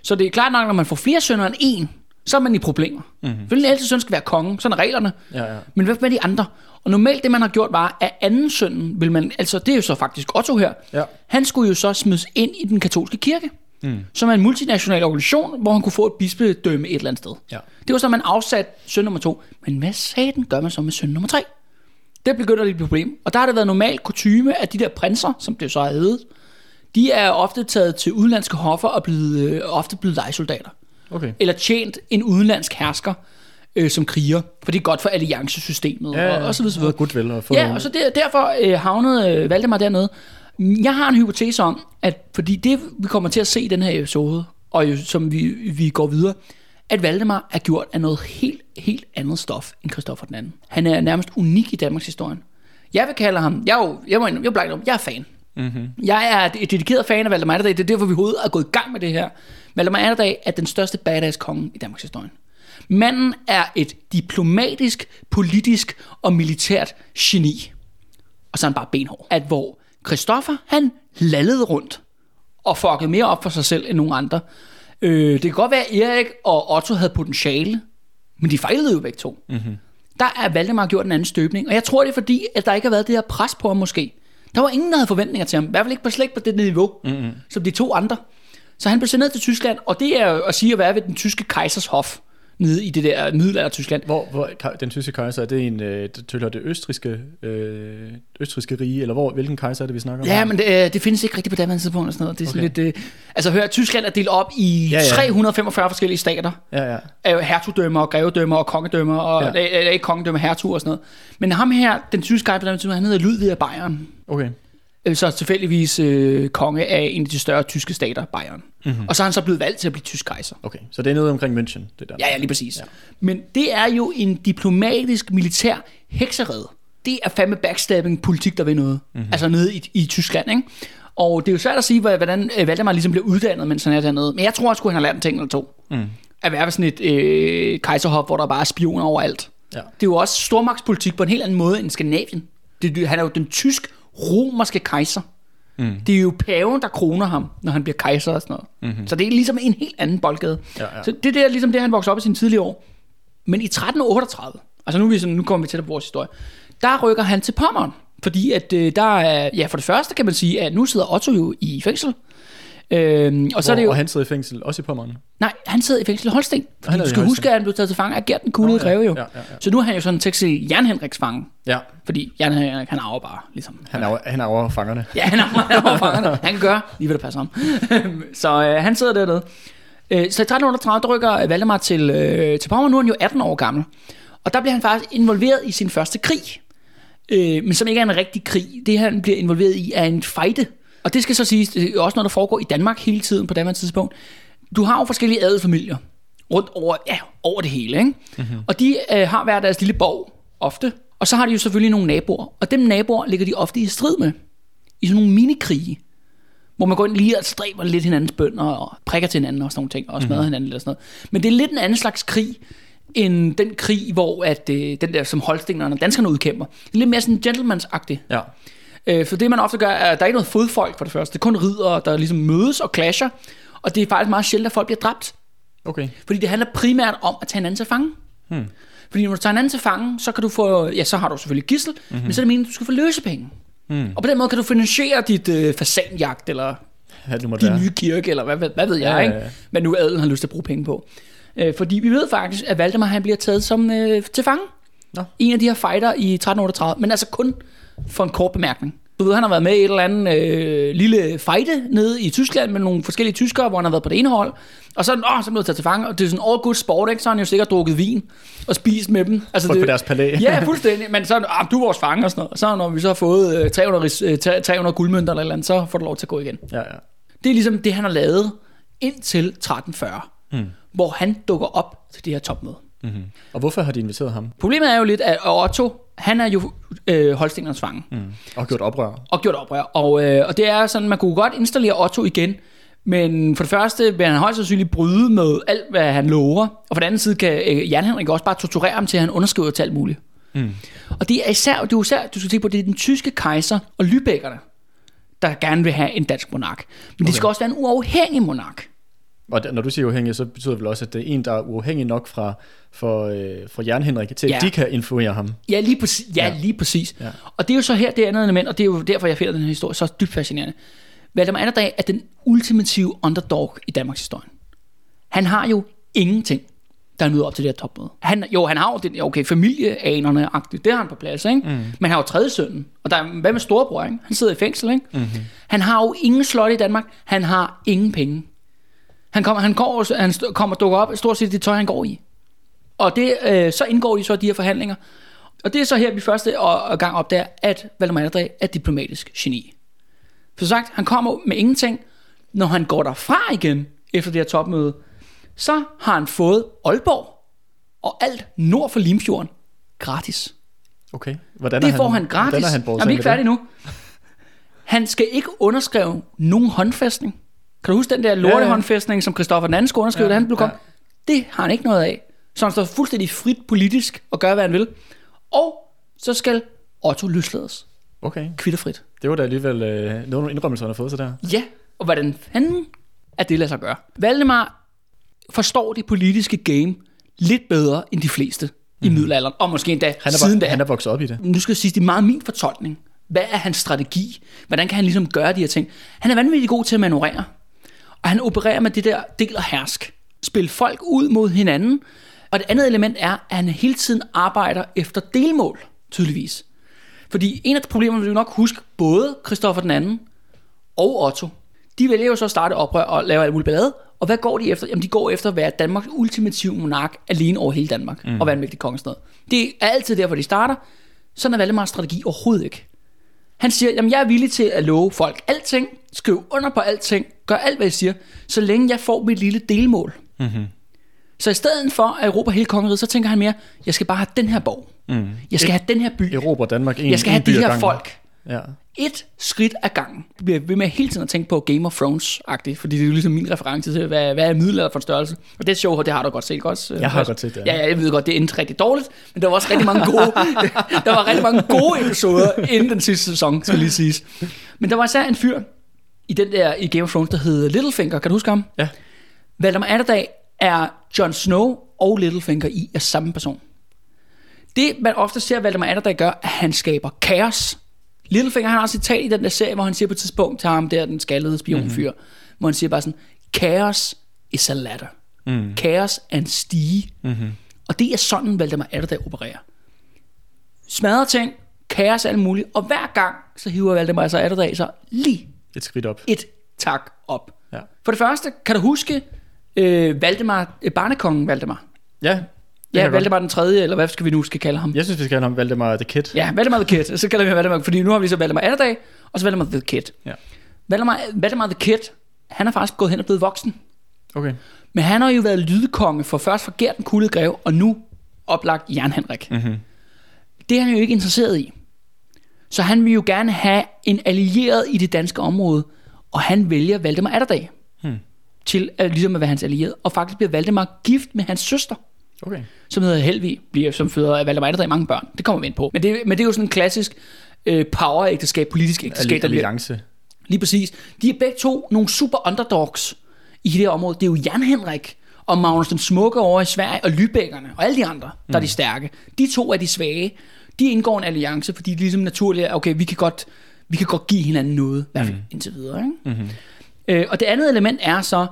Så det er klart nok, når man får flere sønner end en, så er man i problemer. For den ældste søn skal være konge, sådan er reglerne. Ja. Men hvad med de andre? Og normalt det man har gjort var, at anden sønnen vil man, altså det er jo så faktisk Otto her, han skulle jo så smides ind i den katolske kirke, som er en multinational organisation, hvor han kunne få et bispedømme et eller andet sted. Ja. Det var så, man afsat søn nummer 2. Men hvad satan gør man så med søn nummer 3? Det begynder at blive et problem. Og der har det været normalt kutyme, at de der prinser, som det så er heddet, de er ofte taget til udenlandske hoffer og ofte blevet lejesoldater. Okay. Eller tjent en udenlandsk hersker som kriger, for det er godt for alliancesystemet og så videre. Goodwill og og så derfor havnede Valdemar dernede. Jeg har en hypotese om, at fordi det vi kommer til at se i den her episode, og jo, som vi går videre, at Valdemar er gjort af noget helt andet stof end Christoffer den anden. Han er nærmest unik i Danmarks historie. Jeg vil kalde ham, jeg er fan. Mm-hmm. Jeg er et dedikeret fan af Valdemar Atterdag. Det er derfor vi overhovedet er gået i gang med det her. Valdemar Atterdag er den største badass konge i Danmarks historie. Manden er et diplomatisk, politisk og militært geni. Og så er han bare benhård. At hvor Christoffer, han lallede rundt og fuckede mere op for sig selv end nogen andre. Det kan godt være, at Erik og Otto havde potentiale, men de fejlede jo begge to. Mm-hmm. Der er Valdemar gjort en anden støbning, og jeg tror, det er fordi, at der ikke har været det her pres på ham måske. Der var ingen, der havde forventninger til ham. I hvert fald ikke slet ikke på det niveau, som de to andre. Så han blev sendt ned til Tyskland, og det er at sige at være ved den tyske kejsers hof, nede i det der middelalder Tyskland. Hvor den tyske kejser, er det en, tilhører det østrigske rige, eller hvilken kejser er det, vi snakker om? Ja, men det findes ikke rigtigt på daværende tidspunkt. Og sådan noget. Det er sådan lidt, altså hør, Tyskland er delt op i 345 forskellige stater. Ja. Hertugdømmer og grevedømmer og kongedømmer, og ikke kongedømmer, hertug og sådan noget. Men ham her, den tyske kejser på daværende tidspunkt, han hedder Ludwig af Bayern. Okay. Så tilfældigvis konge af en af de større tyske stater, Bayern. Mm-hmm. Og så er han så blevet valgt til at blive tysk kejser. Okay, så det er noget omkring München, det der. Ja, lige præcis. Ja. Men det er jo en diplomatisk, militær heksered. Det er fandme backstabbing politik, der ved noget. Mm-hmm. Altså nede i Tyskland, ikke? Og det er jo svært at sige, hvordan Valdemar ligesom bliver uddannet, mens han er dernede. Men jeg tror også, han har lært en ting eller to. At være ved sådan et kejserhof, hvor der bare er spioner overalt. Ja. Det er jo også stormagtspolitik på en helt anden måde end Skandinavien. Han er jo den tysk-romerske kejser. Det er jo paven, der kroner ham, når han bliver kejser og sådan noget. Så det er ligesom en helt anden boldgade. Ja. Så det er ligesom det, han voksede op i sine tidlige år. Men i 1338, altså nu kommer vi til vores historie, der rykker han til Pommern. Fordi at der er, for det første kan man sige, at nu sidder Otto jo i fængsel. Og så er det jo, og han sidder i fængsel også i Pommern? Nej, han sidder i fængsel i Holsten. Fordi du skal huske, at han blev taget til fange af Gert den Kuglede Greve jo. Ja. Så nu er han jo sådan en tekst i Jern-Henriks fange. Ja. Fordi Jern-Henrik, han arver bare ligesom. Han arver fangerne. Ja, han arver fangerne. Han kan gøre lige hvad der passer ham. Så han sidder dernede. Så i 1338 der rykker Valdemar til Pommern. Nu er han jo 18 år gammel. Og der bliver han faktisk involveret i sin første krig. Men som ikke er en rigtig krig. Det han bliver involveret i er en fejde. Og det skal så siges, det er også noget, der foregår i Danmark hele tiden på daværende tidspunkt. Du har jo forskellige adelfamilier rundt over det hele, ikke? Mm-hmm. Og de har hver deres lille borg ofte. Og så har de jo selvfølgelig nogle naboer. Og dem naboer ligger de ofte i strid med. I sådan nogle minikrige. Hvor man går ind lige og stræber lidt hinandens bønder og prikker til hinanden og sådan nogle ting. Og smadrer hinanden eller sådan noget. Men det er lidt en anden slags krig end den krig, hvor at, den der som holstenerne og danskerne udkæmper. Det er lidt mere sådan gentleman's-agtigt. Ja. For det man ofte gør, er, at der er ikke noget fodfolk for det første. Det er kun riddere, der ligesom mødes og clasher. Og det er faktisk meget sjældent, at folk bliver dræbt. Okay. Fordi det handler primært om at tage hinanden til fange. Fordi når du tager hinanden til fange, så kan du få, så har du selvfølgelig gidsel, men så er det meningen, at du skal få løsepenge. Og på den måde kan du finansiere dit fasanjagt, eller din nye kirke, eller hvad ved jeg, ikke? Hvad nu adelen har lyst til at bruge penge på. Fordi vi ved faktisk, at Valdemar han bliver taget som til fange. En af de her fighter i 1338, men altså kun for en kort bemærkning. Du ved, han har været med i et eller andet lille fejde nede i Tyskland med nogle forskellige tyskere, hvor han har været på det ene hold. Og så blev han taget til fange, og det er sådan all good sport, ikke? Så har han jo sikkert drukket vin og spist med dem. Altså på deres palæ. Ja, fuldstændig. Men så du er vores fange og sådan noget. Og så når vi så har fået 300 guldmønter eller andet, så får du lov til at gå igen. Ja. Det er ligesom det, han har lavet indtil 1340, hvor han dukker op til det her topmøde. Mm-hmm. Og hvorfor har de inviteret ham? Problemet er jo lidt, at Otto, han er jo holstengernes fange. Og gjort oprør. Og det er sådan, man kunne godt installere Otto igen, men for det første vil han højst sandsynligt bryde med alt, hvad han lover. Og for den anden side kan Jan-Henrik også bare torturere ham til, at han underskriver til alt muligt. Og det er især, du skal tænke på, det er den tyske kejser og lübeckerne, der gerne vil have en dansk monark. Men det skal også være en uafhængig monark. Og når du siger uafhængig, så betyder det vel også, at det er en, der er uafhængig nok fra Jan Henrik, til at de kan influere ham. Ja, lige præcis. Lige præcis. Ja. Og det er jo så her det andet element, og det er jo derfor, jeg finder den her historie så dybt fascinerende. Valdemar Atterdag er den ultimative underdog i Danmarks historie. Han har jo ingenting, der er nødt op til det her topmøde. Han har jo den, familieanerne-agtigt, det har han på plads, ikke? Men han har jo tredje sønnen, og hvad med storebror, ikke? Han sidder i fængsel, ikke? Mm-hmm. Han har jo ingen slot i Danmark, han har ingen penge. Han kommer og dukker op stort set det tøj, han går i. Og det, så indgår de så de her forhandlinger. Og det er så her, vi første gang opdager, at Valdemar Atterdag er diplomatisk geni. For sagt, han kommer med ingenting. Når han går derfra igen, efter det her topmøde, så har han fået Aalborg og alt nord for Limfjorden gratis. Okay. Det får han gratis. Han er ikke færdig nu. Han skal ikke underskrive nogen håndfæstning. Kan du huske den der lortehåndfæstning, som Christoffer II skulle underskrive, da han blev kommet? Det har han ikke noget af. Så han står fuldstændig frit politisk og gør, hvad han vil. Og så skal Otto løslades. Okay. Kvitterfrit. Det var da alligevel nogle indrømmelser, han har fået sig der. Ja, og hvordan fanden er det lader sig gøre? Valdemar forstår det politiske game lidt bedre end de fleste i middelalderen, og måske endda siden da. Han er vokset op i det. Nu skal jeg sige, det er meget min fortolkning. Hvad er hans strategi? Hvordan kan han ligesom gøre de her ting? Han er vanvittigt god til at manøvrere. Og han opererer med det der del og hersk. Spil folk ud mod hinanden. Og det andet element er, at han hele tiden arbejder efter delmål, tydeligvis. Fordi en af de problemer, vil du nok huske, både Christoffer II og Otto, de vælger jo så at starte oprør og lave alt muligt ballade. Og hvad går de efter? Jamen de går efter at være Danmarks ultimative monark alene over hele Danmark. Og være en mægtig konge. Det er altid derfor, de starter. Sådan er Valdemars strategi overhovedet ikke. Han siger, jamen jeg er villig til at love folk alting, skrive under på alting, gør alt, hvad jeg siger, så længe jeg får mit lille delmål. Mm-hmm. Så i stedet for at erobre hele kongeriget, så tænker han mere, jeg skal bare have den her borg. Jeg skal have den her by. Erobre Danmark jeg skal have de her folk. Ja. Et skridt ad gangen. Jeg bliver ved med hele tiden at tænke på Game of Thrones-agtigt, fordi det er jo ligesom min reference til, hvad er middelalder for en størrelse. Og det show, det har du godt set, godt? Jeg har godt set det. Ja, jeg ved godt, det endte rigtig dårligt, men der var også rigtig mange gode, der var rigtig mange gode episoder inden den sidste sæson, skal lige siges. Men der var især en fyr i Game of Thrones, der hed Littlefinger. Kan du huske ham? Ja. Valdemar Atterdag er Jon Snow og Littlefinger i af samme person. Det man ofte ser Valdemar Atterdag gør, at han skaber kaos. Littlefinger, han har også et citat i den der serie, hvor han siger på et tidspunkt til ham der, den skaldede spionfyr, hvor han siger bare sådan, chaos is a ladder. Chaos er en stige. Og det er sådan, Valdemar Atterdag opererer. Smadrer ting, kaos er alt muligt, og hver gang, så hiver Valdemar Atterdag så lige et skridt op. Et tak op. Ja. For det første, kan du huske Valdemar, barnekongen Valdemar? Ja. Ja, Valdemar den tredje, eller hvad skal vi nu kalde ham? Jeg synes, vi skal kalde ham Valdemar the Kid. Ja, Valdemar the Kid. Så kalder vi ham Valdemar, fordi nu har vi så Valdemar Atterdag, og så Valdemar the Kid. Ja. Valdemar the Kid, han er faktisk gået hen og blevet voksen. Okay. Men han har jo været lydkonge først for Gerd den Kuldede Greve, og nu oplagt Jan Henrik. Mm-hmm. Det er han jo ikke interesseret i. Så han vil jo gerne have en allieret i det danske område, og han vælger Valdemar Atterdag til ligesom at være hans allieret, og faktisk bliver Valdemar gift med hans søster. Okay. Som hedder Helvig, som føder af Valdemar Atterdag mange børn. Det kommer vi ind på. Men det er jo sådan en klassisk power-ægteskab, politisk ægteskab. Alliance. Lige præcis. De er begge to nogle super underdogs i det her område. Det er jo Jan Henrik og Magnus den Smukke over i Sverige, og Lübeckerne og alle de andre, der er de stærke. De to er de svage. De indgår en alliance, fordi de ligesom naturligt er, okay, vi kan godt give hinanden noget, i hvert fald indtil videre. Ikke? Mm-hmm. Og det andet element er så,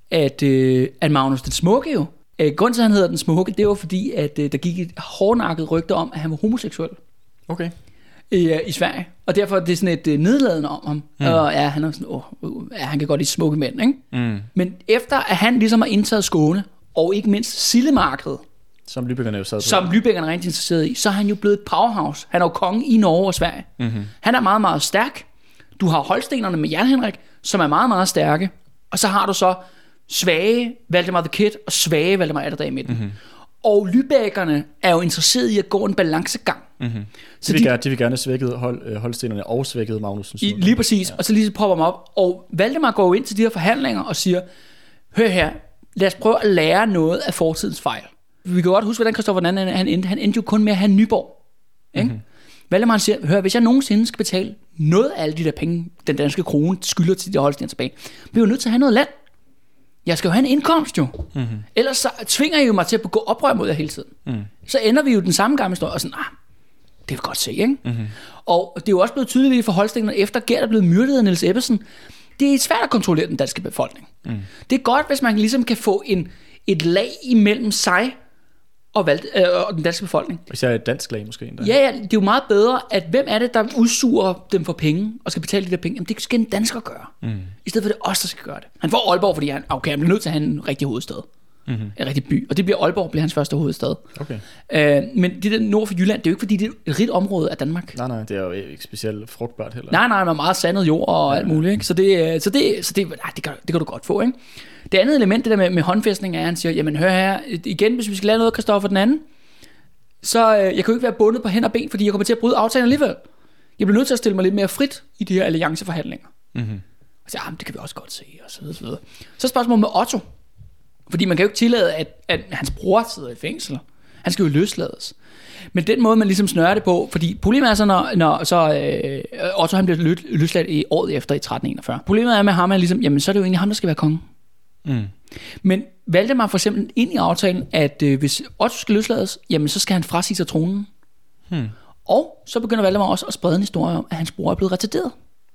at Magnus den Smukke jo, grunden til, at han hedder den Smukke, det var fordi, at der gik et hårdnakket rygte om, at han var homoseksuel. Okay. I Sverige. Og derfor er det sådan et nedladende om ham. Og ja, han er sådan, han kan godt lide smukke mænd, ikke? Men efter at han ligesom har indtaget Skåne, og ikke mindst Sillemarkedet, som Lübeckerne jo sad på. Som Lübeckerne rent interesseret i, så er han jo blevet et powerhouse. Han er jo konge i Norge og Sverige. Mm-hmm. Han er meget, meget stærk. Du har holstenerne med Jan Henrik, som er meget, meget stærke. Og så har du så svage Valdemar the Kid og svage Valdemar Atterdag i midten. Mm-hmm. Og Lübeckerne er jo interesseret i at gå en balancegang. Mm-hmm. Så de vil gerne svækkede holstenerne og svækkede Magnus. Lige præcis, ja. Og så lige så popper dem op. Og Valdemar går jo ind til de her forhandlinger og siger, hør her, lad os prøve at lære noget af fortidens fejl. Vi kan godt huske, hvordan Christoffer II han endte jo kun med at have Nyborg. Ikke? Mm-hmm. Valdemar siger, hør, hvis jeg nogensinde skal betale noget af alle de der penge, den danske krone skylder til de holstener tilbage, bliver jo nødt til at have noget land. Jeg skal jo have en indkomst jo. Ellers så tvinger I jo mig til at begå oprør mod jer hele tiden. Så ender vi jo den samme gamle historie, og sådan, det vil godt se, ikke? Og det er jo også blevet tydeligt for Holstenerne, efter Gert er blevet myrdet af Niels Ebbesen. Det er svært at kontrollere den danske befolkning. Det er godt, hvis man ligesom kan få et lag imellem sig og den danske befolkning. Især et dansk lag måske endda. Ja, det er jo meget bedre, at hvem er det, der udsuger dem for penge, og skal betale de der penge? Jamen, det skal en dansker gøre. I stedet for det os, der skal gøre det. Han får Aalborg, fordi han bliver nødt til at have en rigtig hovedstad. En rigtig by. Og det bliver Aalborg, bliver hans første hovedstad. Okay. Men det der nord for Jylland, det er jo ikke fordi, det er et rigt område af Danmark. Nej, det er jo ikke specielt frugtbart heller. Nej, der er meget sandet jord og alt muligt. Ikke? Så det kan du godt få, ikke? Det andet element, det der med håndfæstning, er, at han siger, jamen hør her, igen, hvis vi skal lave noget, Christoffer den anden, så jeg kan jo ikke være bundet på hænder og ben, fordi jeg kommer til at bryde aftalen alligevel. Jeg bliver nødt til at stille mig lidt mere frit i de her allianceforhandlinger. Og så det kan vi også godt se, og så videre. Så spørgsmålet med Otto. Fordi man kan jo ikke tillade, at hans bror sidder i fængsel. Han skal jo løslades. Men den måde, man ligesom snører det på, fordi problemet er så, når Otto han bliver løsladt i året efter i 1341. Problemet er med ham, at ligesom, jamen så er det jo egentlig ham, der skal være konge. Men valgte man for eksempel ind i aftalen, at hvis Otto skal løslades, jamen så skal han frasige sig tronen. Og så begynder Valdemar også at sprede en historie om, at hans bror er blevet retarderet.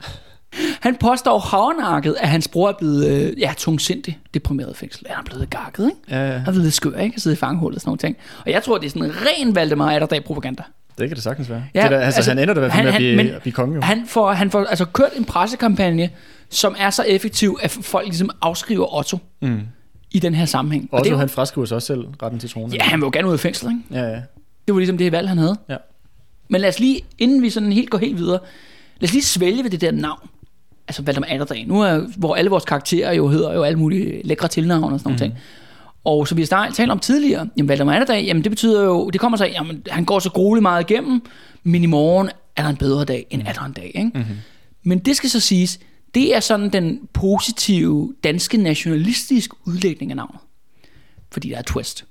Han påstår havnakket, at hans bror er blevet tungsindig deprimeret i fængsel. Han er blevet gakket, ikke? Ja. Han er blevet skør, ikke? At sidde i fangehullet og sådan nogle ting. Og jeg tror, det er sådan en ren Valdemar Atterdag-propaganda. Det kan det sagtens være. Ja, det der, altså, han ender det i hvert fald med at blive konge. Han får altså kørt en pressekampagne, som er så effektiv, at folk ligesom afskriver Otto i den her sammenhæng. Otto, han fraskriver sig også selv retten til tronen. Ja, han vil jo gerne ud af fængsel, ikke? Ja. Det var ligesom det valg, han havde. Ja. Men lad os lige, inden vi sådan går helt videre, lad os lige svælge ved det der navn. Altså Valdemar Atterdag. Nu hvor alle vores karakterer jo hedder jo alle mulige lækre tilnavn og sådan nogle ting. Og så vi har talt om tidligere, jamen Valdemar Atterdag, jamen det betyder jo, det kommer så af, jamen han går så grueligt meget igennem, men i morgen er der en bedre dag end atter en dag, ikke? Men det skal så siges, det er sådan den positive danske nationalistiske udlægning af navnet. Fordi der er twist.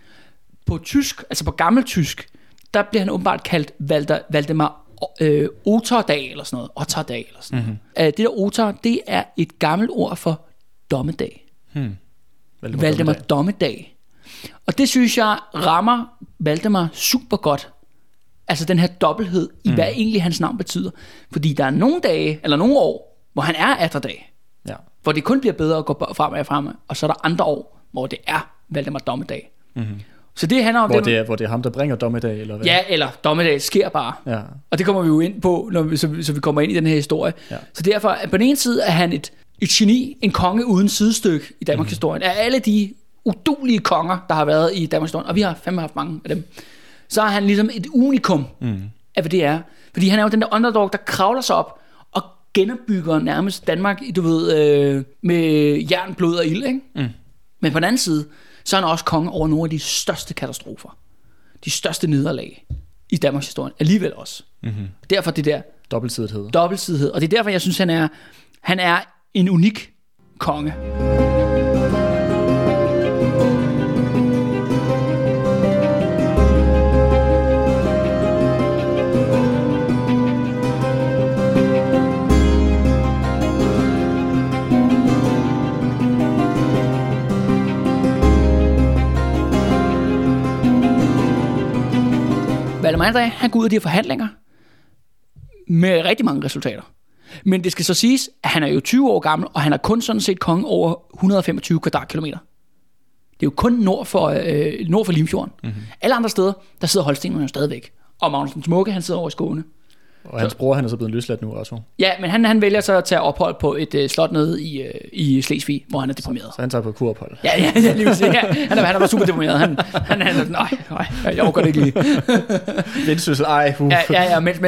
På tysk, altså på gammeltysk, der bliver han åbenbart kaldt Valdemar Otterdag eller sådan noget. Otterdag eller sådan noget. Det der Otter, det er et gammelt ord for dommedag. Valdemar Dommedag. Og det synes jeg rammer Valdemar super godt. Altså den her dobbelthed i hvad egentlig hans navn betyder. Fordi der er nogle dage, eller nogle år, hvor han er Atterdag. Ja. Hvor det kun bliver bedre at gå fremad og fremad. Og så er der andre år, hvor det er Valdemar Dommedag. Så det handler om hvor det er ham, der bringer dommedag, eller hvad? Ja, eller dommedag sker bare. Ja. Og det kommer vi jo ind på, så vi kommer ind i den her historie. Ja. Så derfor, på den ene side er han et geni, en konge uden sidestykke i Danmarks historie. Af alle de uduelige konger, der har været i Danmarks historie, og vi har fandme haft mange af dem, så er han ligesom et unikum af, hvad det er. Fordi han er jo den der underdog, der kravler sig op og genopbygger nærmest Danmark, du ved, med jern, blod og ild, ikke? Men på den anden side, så er han også konge over nogle af de største katastrofer. De største nederlag i Danmarks historie. Alligevel også. Derfor det der dobbeltsidighed. Og det er derfor, jeg synes, han er en unik konge. Valdemar Atterdag, han går ud af de her forhandlinger med rigtig mange resultater. Men det skal så siges, at han er jo 20 år gammel, og han er kun sådan set konge over 125 kvadratkilometer. Det er jo kun nord for Limfjorden. Alle andre steder, der sidder holstenerne jo stadigvæk. Og Magnus den Smukke, han sidder over i Skåne. Og hans bror, han er så blevet løsladt nu også. Ja, men han vælger så at tage ophold på et slot nede i Slesvig, hvor han er deprimeret. Så han tager på kurophold. Ja, lige vil sige. Han er super deprimeret. Han er sådan, nej, jeg overgår det ikke lige. Vendsyssel, Ja, men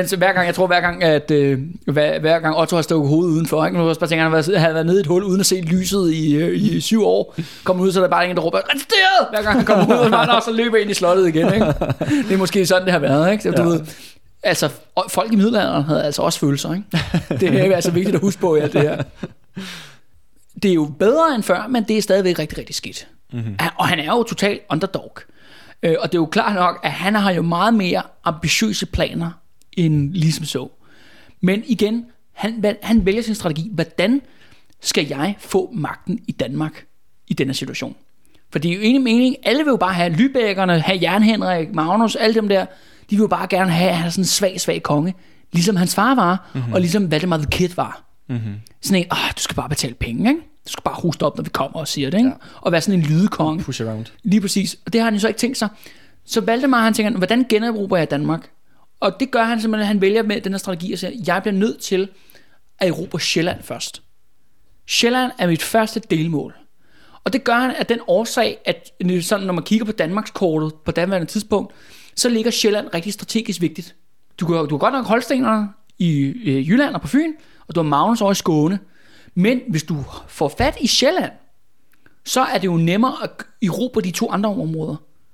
hver gang Otto har stået hovedet udenfor, ikke? Nu bare tænker, han har været nede i et hul, uden at se lyset i 7 år. Kommer ud, så er der bare ingen, der råber, arresteret! Hver gang han kommer ud, og så løber ind i slottet igen, ikke? Det er måske sådan, det har været, ikke? Så, du ved, altså, folk i middelalderen havde altså også følelser, ikke? Det er altså vigtigt at huske på i alt det her. Det er jo bedre end før, men det er stadigvæk rigtig, rigtig skidt. Og han er jo totalt underdog. Og det er jo klart nok, at han har jo meget mere ambitiøse planer end ligesom så. Men igen, han vælger sin strategi. Hvordan skal jeg få magten i Danmark? i denne situation. For det er jo egentlig mening, alle vil jo bare have Lübeckerne, have Jan Henrik, Magnus, alle dem der, de vil jo bare gerne have, at han er sådan en svag konge, ligesom hans far var, og ligesom Valdemar the Kid var. Sådan en, du skal bare betale penge, ikke? Du skal bare hoste op, når vi kommer og siger det, ikke? Og være sådan en lydekonge. Push around. Lige præcis, og det har han jo så ikke tænkt sig. Så Valdemar, han tænker, hvordan generober jeg Danmark? Og det gør han simpelthen, han vælger med den her strategi og siger, jeg bliver nødt til at erobre Sjælland først. Sjælland er mit første delmål. Og det gør han af den årsag, at sådan, når man kigger på Danmarkskortet på daværende tidspunkt, så ligger Sjælland rigtig strategisk vigtigt. Du har godt nok Holstenerne i Jylland og på Fyn, og du har Magnus over i Skåne. Men hvis du får fat i Sjælland, så er det jo nemmere at erobre de 2 andre områder.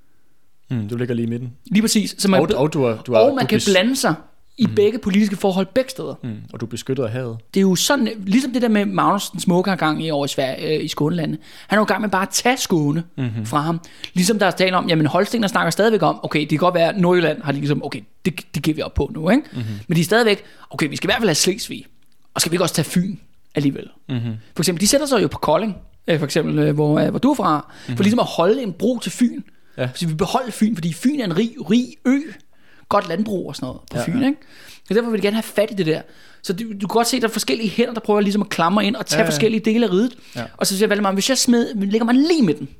Du ligger lige i midten. Lige præcis. Så man, og man kan blande sig i begge politiske forhold begge steder. Og du er beskyttet af havet. Det er jo sådan, ligesom det der med Magnus den Smukke har gang i over i Sverige, i Skånelandet. Han er jo i gang med bare at tage Skåne fra ham. Ligesom der er tale om, jamen Holstener snakker stadigvæk om, okay, det kan godt være, at Nordjylland har ligesom, okay, det giver vi op på nu, ikke? Men de er stadigvæk, okay, vi skal i hvert fald have Slesvig, og skal vi ikke også tage Fyn alligevel? For eksempel, de sætter sig jo på Kolding, for eksempel, hvor du er fra, for ligesom at holde en bro til Fyn. Ja. Så vi beholder Fyn, fordi Fyn er en rig ø, godt landbrug og sådan noget på Fyn, ikke? Så derfor vil de gerne have fat i det der. Så du kan godt se, at der er forskellige hænder, der prøver ligesom at klamre ind og tage forskellige dele af riget. Og så siger Valdemar, hvis jeg lægger mig lige i midten,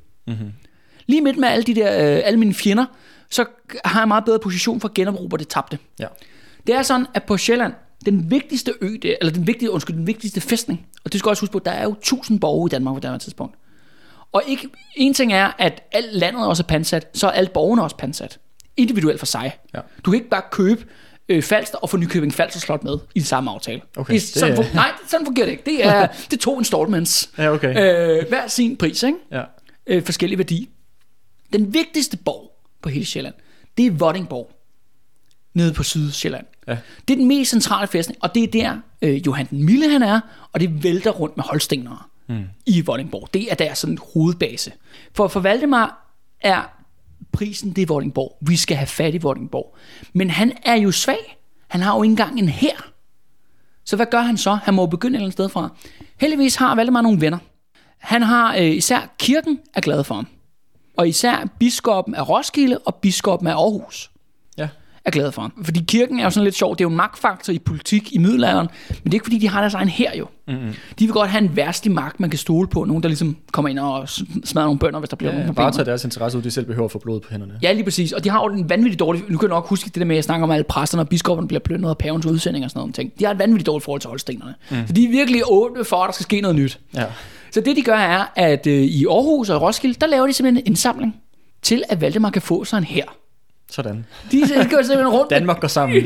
lige midt med alle de der, alle mine fjender, så har jeg en meget bedre position for at generobre det tabte. Ja. Det er sådan, at på Sjælland, den vigtigste ø, eller den vigtigste fæstning, og det skal også huske på, der er jo 1000 borge i Danmark på det tidspunkt. Og en ting er, at alt landet også er pansat, så er alle borgerne også pansat. Individuelt for sig. Ja. Du kan ikke bare købe Falster og få Nykøbing Falster slot med i det samme aftale. Okay, sådan fungerer det ikke. Det er 2 installments. Ja, okay. Hver sin pris, ikke? Ja. Forskellig værdi. Den vigtigste borg på hele Sjælland, det er Vordingborg. Nede på Sydsjælland. Ja. Det er den mest centrale fæstning, og det er der Johan den Milde han er, og det vælter rundt med holstenere i Vordingborg. Det er deres sådan hovedbase. For Valdemar er prisen, det er Vordingborg. Vi skal have fat i Vordingborg. Men han er jo svag. Han har jo ikke engang en hær. Så hvad gør han så? Han må begynde et eller andet sted fra. Heldigvis har Valdemar nogle venner. Han har især kirken er glad for ham. Og især biskoppen af Roskilde og biskoppen af Aarhus er glad for ham. Fordi kirken er jo sådan lidt sjov. Det er jo en magtfaktor i politik i middelalderen. Men det er ikke fordi, de har deres egen hær jo. De vil godt have en værstlig magt, man kan stole på. Nogen, der ligesom kommer ind og smadrer nogle bønder, hvis der bliver nogle problemer. Bare tage deres interesse ud, de selv behøver at få blod på hænderne. Ja, lige præcis. Og de har jo en vanvittigt dårlig... Nu kan jeg nok huske det der med, at jeg snakker om alle præsterne og biskopperne bliver plyndret af pavens udsending og sådan noget ting. De har et vanvittigt dårligt forhold til holstenerne. Så de er virkelig åbne for, at der skal ske noget nyt. Ja. Så det de gør er, at i Aarhus og Roskilde, der laver de simpelthen en indsamling til, at Valdemar kan få sig en hær. Sådan. De går simpelthen rundt. Danmark går sammen.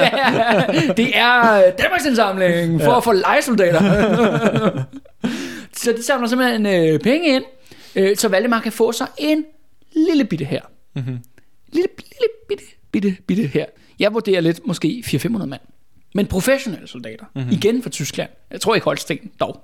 Det er Danmarks indsamling for at få lejesoldater. Så de samler simpelthen penge ind, så Valdemar kan få sig en lille bitte her. Lille bitte her. Jeg vurderer lidt, måske 400-500 mand. Men professionelle soldater. Igen fra Tyskland. Jeg tror ikke Holsten dog.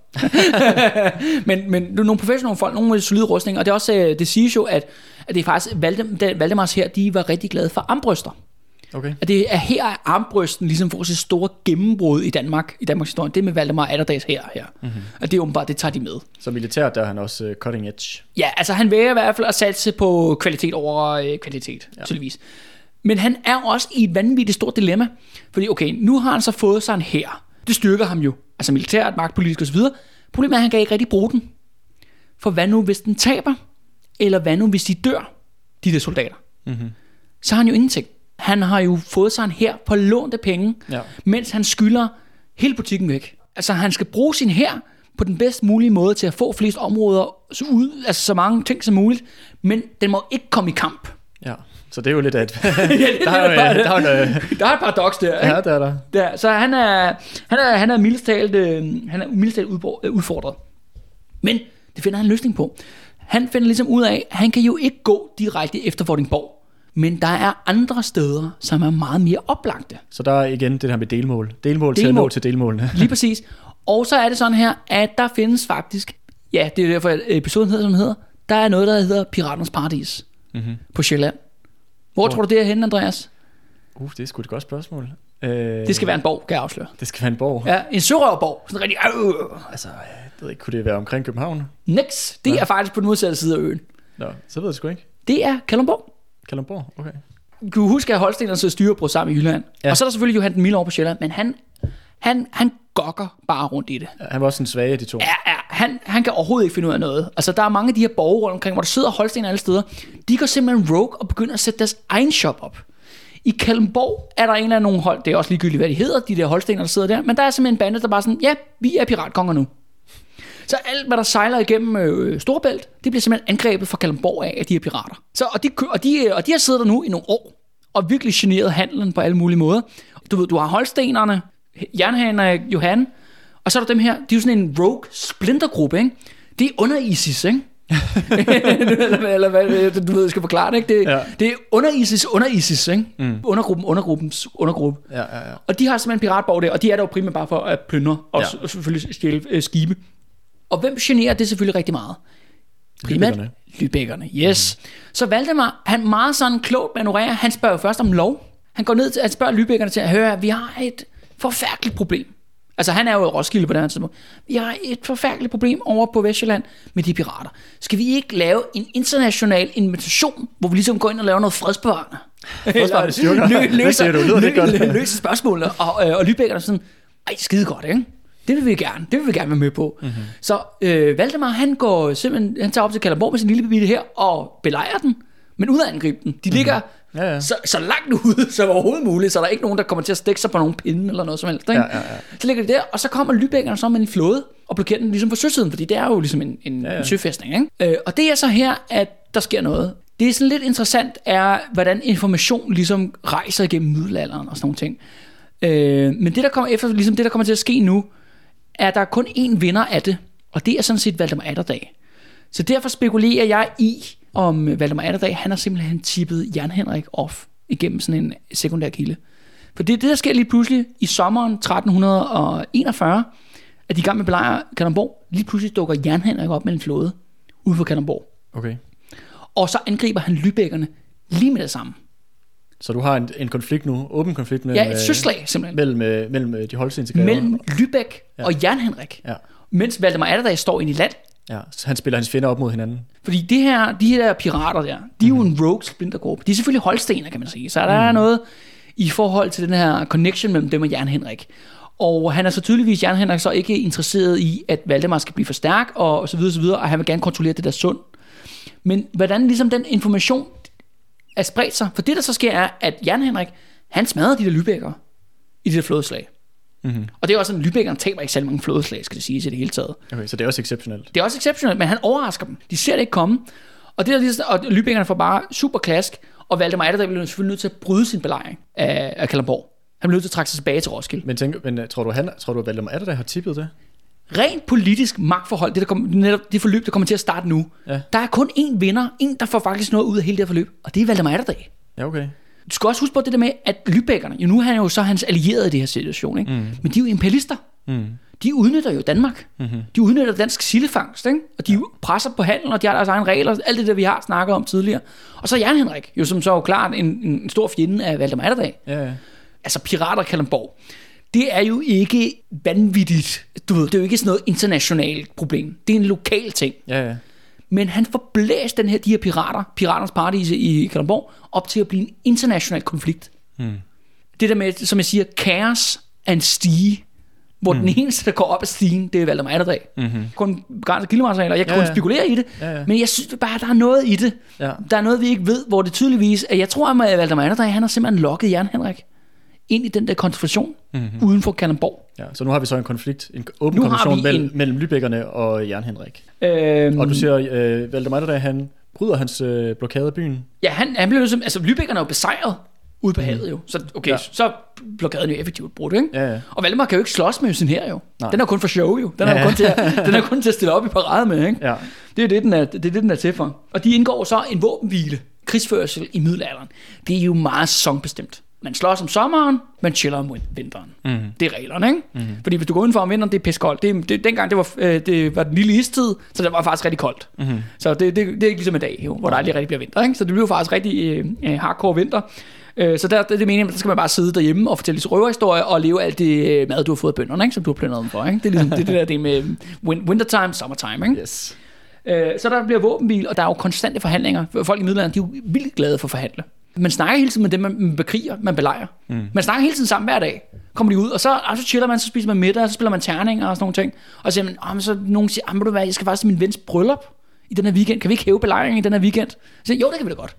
men nogle professionelle folk, nogle med solide rustninger. Og det er også, det siges jo, at det er faktisk Valdemars her, de var rigtig glade for armbryster. Okay. At det er her armbrysten ligesom får sit store gennembrud i Danmark, i Danmarks historie. Det med Valdemar Atterdags her. Og det er åbenbart, det tager de med. Så militært der er han også cutting edge. Ja, altså han vælger i hvert fald at satse på kvalitet over kvalitet, tydeligvis. Men han er også i et vanvittigt stort dilemma. Fordi okay, nu har han så fået sig en hær. Det styrker ham jo. Altså militært, magtpolitisk osv. Problemet er, at han kan ikke rigtig bruge den. For hvad nu, hvis den taber? Eller hvad nu, hvis de dør, de der soldater? Så har han jo ingenting. Han har jo fået sig en hær på lånte penge, mens han skylder hele butikken væk. Altså han skal bruge sin hær på den bedst mulige måde til at få flest områder ud, altså så mange ting som muligt. Men den må ikke komme i kamp. Ja. Så det er jo lidt af et... der er et paradoks der, ikke? Ja, det er der. Så han er mildest talt udfordret. Men det finder han en løsning på. Han finder ligesom ud af, at han kan jo ikke gå direkte efter Vordingborg. Men der er andre steder, som er meget mere oplagte. Så der er igen det her med delmål. Delmål til at nå til delmålene. Lige præcis. Og så er det sådan her, at der findes faktisk... Ja, det er derfor, at episoden hedder, som den hedder. Der er noget, der hedder Piraternes Paradis på Sjælland. Hvor tror du det er henne, Andreas? Det er sgu et godt spørgsmål. Det skal være en borg, kan jeg afsløre. Det skal være en borg? Ja, en sørøverborg. Sådan rigtig... Altså, ved ikke, kunne det være omkring København? Next, det er faktisk på den modsatte side af øen. Nå, så ved jeg sgu ikke. Det er Kalundborg. Kalundborg, okay. Du husker, at Holstenerne så styrebrød sammen i Jylland. Ja. Og så er der selvfølgelig Johan den Milde over på Sjælland, men han gokker bare rundt i det. Ja, han var også en svage af de to. Ja, han kan overhovedet ikke finde ud af noget. Altså, der er mange af de her borgere rundt omkring, hvor der sidder Holstener alle steder. De går simpelthen rogue og begynder at sætte deres egen shop op. I Kalundborg er der en eller anden hold, det er også ligegyldigt, hvad de hedder, de der Holstener, der sidder der, men der er simpelthen en bande, der bare sådan, ja, vi er piratkonger nu. Så alt, hvad der sejler igennem Storebælt, det bliver simpelthen angrebet fra Kalundborg af de her pirater. Så, og de har siddet der nu i nogle år, og virkelig generet handlen på alle mulige måder. Du ved, du har Holstenerne, Jernhagen, Johan, og så er der dem her, de er jo sådan en rogue splintergruppe, ikke? Det er under ISIS, ikke? eller hvad du ved, jeg skal forklare det, ikke? Det er under ISIS, ikke? Undergruppens undergruppe. Ja. Og de har simpelthen piratborg der, og de er der jo primært bare for at plyndre og selvfølgelig stjæle skibe. Og hvem generer det selvfølgelig rigtig meget? Primært Lübeckerne, yes. Så Valdemar, han meget sådan klogt manøvrerer, han spørger jo først om lov. Han går ned til at spørge Lübeckerne til at høre, vi har et forfærdeligt problem. Altså han er jo i Roskilde på den her tidspunkt. Vi har et forfærdeligt problem over på Vestjylland med de pirater. Skal vi ikke lave en international invitation, hvor vi ligesom går ind og laver noget fredsbevarende? Løser spørgsmålene. Og Lübeckerne er sådan, ej skide godt, ikke? Det vil vi gerne være med på. Mm-hmm. Så Valdemar, han tager op til Kalundborg med sin lille bitte her og belejrer den, men ud af angribe den. De ligger så langt ude som overhovedet muligt, så der er ikke nogen, der kommer til at stikke sig på nogen pinde eller noget som helst. Ikke? Ja. Så ligger de der, og så kommer Lübeckerne så med en flåde og blokerer den ligesom på søsiden, fordi det er jo ligesom en søfæstning. Ikke? Og det er så her, at der sker noget. Det er sådan lidt interessant, er hvordan information ligesom rejser igennem middelalderen og sådan nogle ting. Men det der kommer efter, ligesom det der kommer til at ske nu, er der kun én vinder af det, og det er sådan set Valdemar Atterdag. Så derfor spekulerer jeg i, om Valdemar Atterdag, han har simpelthen tippet Jern-Henrik off igennem sådan en sekundær kilde. For det der sker lige pludselig i sommeren 1341, at de er i gang med at belejre Kalundborg. Lige pludselig dukker Jern-Henrik op med en flåde ude for Kalundborg. Okay. Og så angriber han Lübeckerne lige med det samme. Så du har en konflikt nu, åben konflikt mellem, et søslag simpelthen. Mellem de holstenske grever. Mellem Lübeck og Jern-Henrik. Ja. Mens Valdemar Atterdag står inde i land. Ja, så han spiller hans fjender op mod hinanden. Fordi de her pirater der, de er jo en rogue splintergruppe. De er selvfølgelig holstener, kan man sige. Så der er noget i forhold til den her connection mellem dem og Jern-Henrik. Og han er så tydeligvis, Jern-Henrik, så ikke interesseret i, at Valdemar skal blive for stærk, og så videre, og han vil gerne kontrollere det der sund. Men hvordan ligesom den information er spredt sig? For det der så sker er, at Jern-Henrik, han smadrer de der Lübeckere i det der flådeslag. Mm-hmm. Og det er også sådan, at Lübeckerne taber ikke særlig mange flådeslag, skal det siges i det hele taget. Okay, så det er også exceptionelt. Det er også exceptionelt, men han overrasker dem. De ser det ikke komme. Og Lübeckerne får bare super klask, og Valdemar Atterdag bliver selvfølgelig nødt til at bryde sin belejring af Kalundborg. Han bliver nødt til at trække sig tilbage til Roskilde. Men tror du at Valdemar Atterdag har tippet det? Rent politisk magtforhold, det forløb, der kommer til at starte nu. Ja. Der er kun én vinder, en der får faktisk noget ud af hele det her forløb, og det er Valdemar Atterdag. Ja, okay. Du skal også huske på det der med, at Lübeckerne, jo nu er han jo så hans allierede i det her situation, ikke? Men de er jo imperialister. De udnytter jo Danmark. De udnytter dansk sildefangst, ikke? Og de presser på handel, og de har deres egne regler, alt det der vi har snakket om tidligere. Og så Jern-Henrik, jo som så er jo klart en stor fjende af Valdemar Atterdag. Ja. Altså pirater Kalundborg. Det er jo ikke vanvittigt. Du ved, det er jo ikke sådan noget internationalt problem. Det er en lokal ting. Ja. Men han får blæst de her piraternes paradis i Kalundborg, op til at blive en international konflikt. Det der med, som jeg siger, kaos er en stige, hvor den eneste, der går op ad stigen, det er Valdemar Atterdag. Kun begrænset kildemateriale, og jeg kan kun spekulere i det, men jeg synes bare, der er noget i det. Ja. Der er noget, vi ikke ved, hvor det tydeligvis er. Jeg tror, at Valdemar Atterdag, han har simpelthen lokket Jern-Henrik ind i den der konfrontation uden for Kalundborg. Ja, så nu har vi så en konflikt, en åben konfrontation mellem Lübeckerne og Jern-Henrik. Og du siger, Valdemar Atterdag, han bryder hans blokade af byen. Ja, han blev ligesom, altså Lübeckerne er jo besejret ude på havet jo. Så okay, så blokaden er jo effektivt brudt, ikke? Ja. Og Valdemar kan jo ikke slås med sin her jo. Nej. Den er kun for show jo. Den er kun til at stille op i parade med, ikke? Ja. Det er det den er til for. Og de indgår så en våbenhvile, krigsførsel i middelalderen. Det er jo meget sæsonbestemt. Man slås om sommeren, man chiller om vinteren. Det er reglerne, ikke? Fordi hvis du går udenfor om vinteren, det er pissekoldt. Dengang det var den lille istid, så det var faktisk rigtig koldt. Så det er ikke ligesom i dag, jo, hvor der aldrig rigtig bliver vinter, ikke? Så det bliver faktisk rigtig hardcore vinter. Så det er meningen, der skal man bare sidde derhjemme og fortælle røverhistorier og leve alt det mad, du har fået af bønderne, ikke? Som du har plyndret dem for. Ikke? Det er ligesom det der det med wintertime, summertime. Ikke? Yes. Så der bliver våbenhvile, og der er jo konstante forhandlinger. Folk i middelalderen, de er jo vildt glade for at forhandle. Man snakker hele tiden med dem, man bekriger, man belejrer. Man snakker hele tiden sammen hver dag. Kommer de ud, og så chiller man, så spiser man middag, og så spiller man terninger og sådan nogle ting. Og så siger man, så nogen siger, må du være, jeg skal faktisk til min vens bryllup i den her weekend. Kan vi ikke hæve belejringen i den her weekend? Så siger, jo, det kan vi da godt.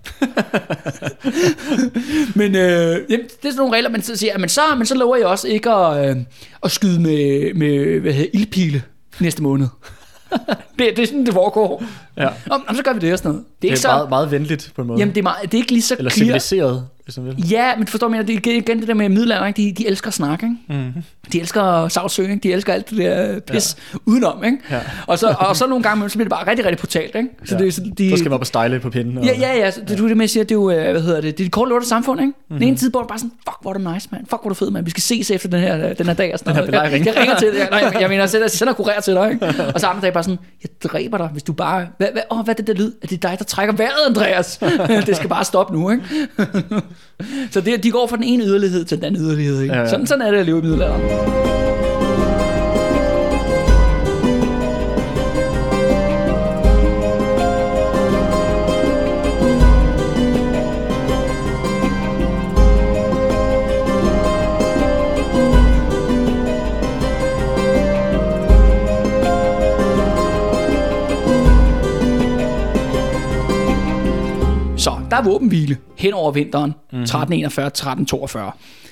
Men det er sådan nogle regler, man siger, men så lover jeg også ikke at skyde med ildpile næste måned. det er sådan, det foregår. Ja. Så gør vi det og sådan noget. Det er ikke meget, meget venligt på en måde. Jamen, det er ikke lige så eller civiliseret, hvis man vil. Ja, men forstår man, det er igen det der med middelalderen, de elsker at snakke, ikke? Mm-hmm. De elsker sagsøge, ikke? De elsker alt det der pis udenom, ikke? Ja. Og så nogle gange, så bliver det bare rigtig, rigtig brutalt, ikke? Så, ja. Så skal man op og stejle på pinden. Og... Ja, så det med at sige, at det er jo, det er et kort lortet samfund, ikke? Den ene tid, hvor det bare sådan, fuck, hvor er det nice, man. Fuck, hvor er det fed, man. Vi skal ses efter den her dag og sådan noget. Jeg ringer til dig. Jeg mener, jeg sender kurér til dig, ikke? Og så andre dag bare sådan, jeg dræber dig, hvis du bare... Hvad er det der lyd? Er det dig, der trækker vejret, Andreas? Det skal bare stoppe nu, ikke? Så de går fra den ene yderlighed til den anden yderlighed, ikke? Ja. Sådan er det at leve i middelalderen. Der er våbenhvile hen over vinteren 1341-1342.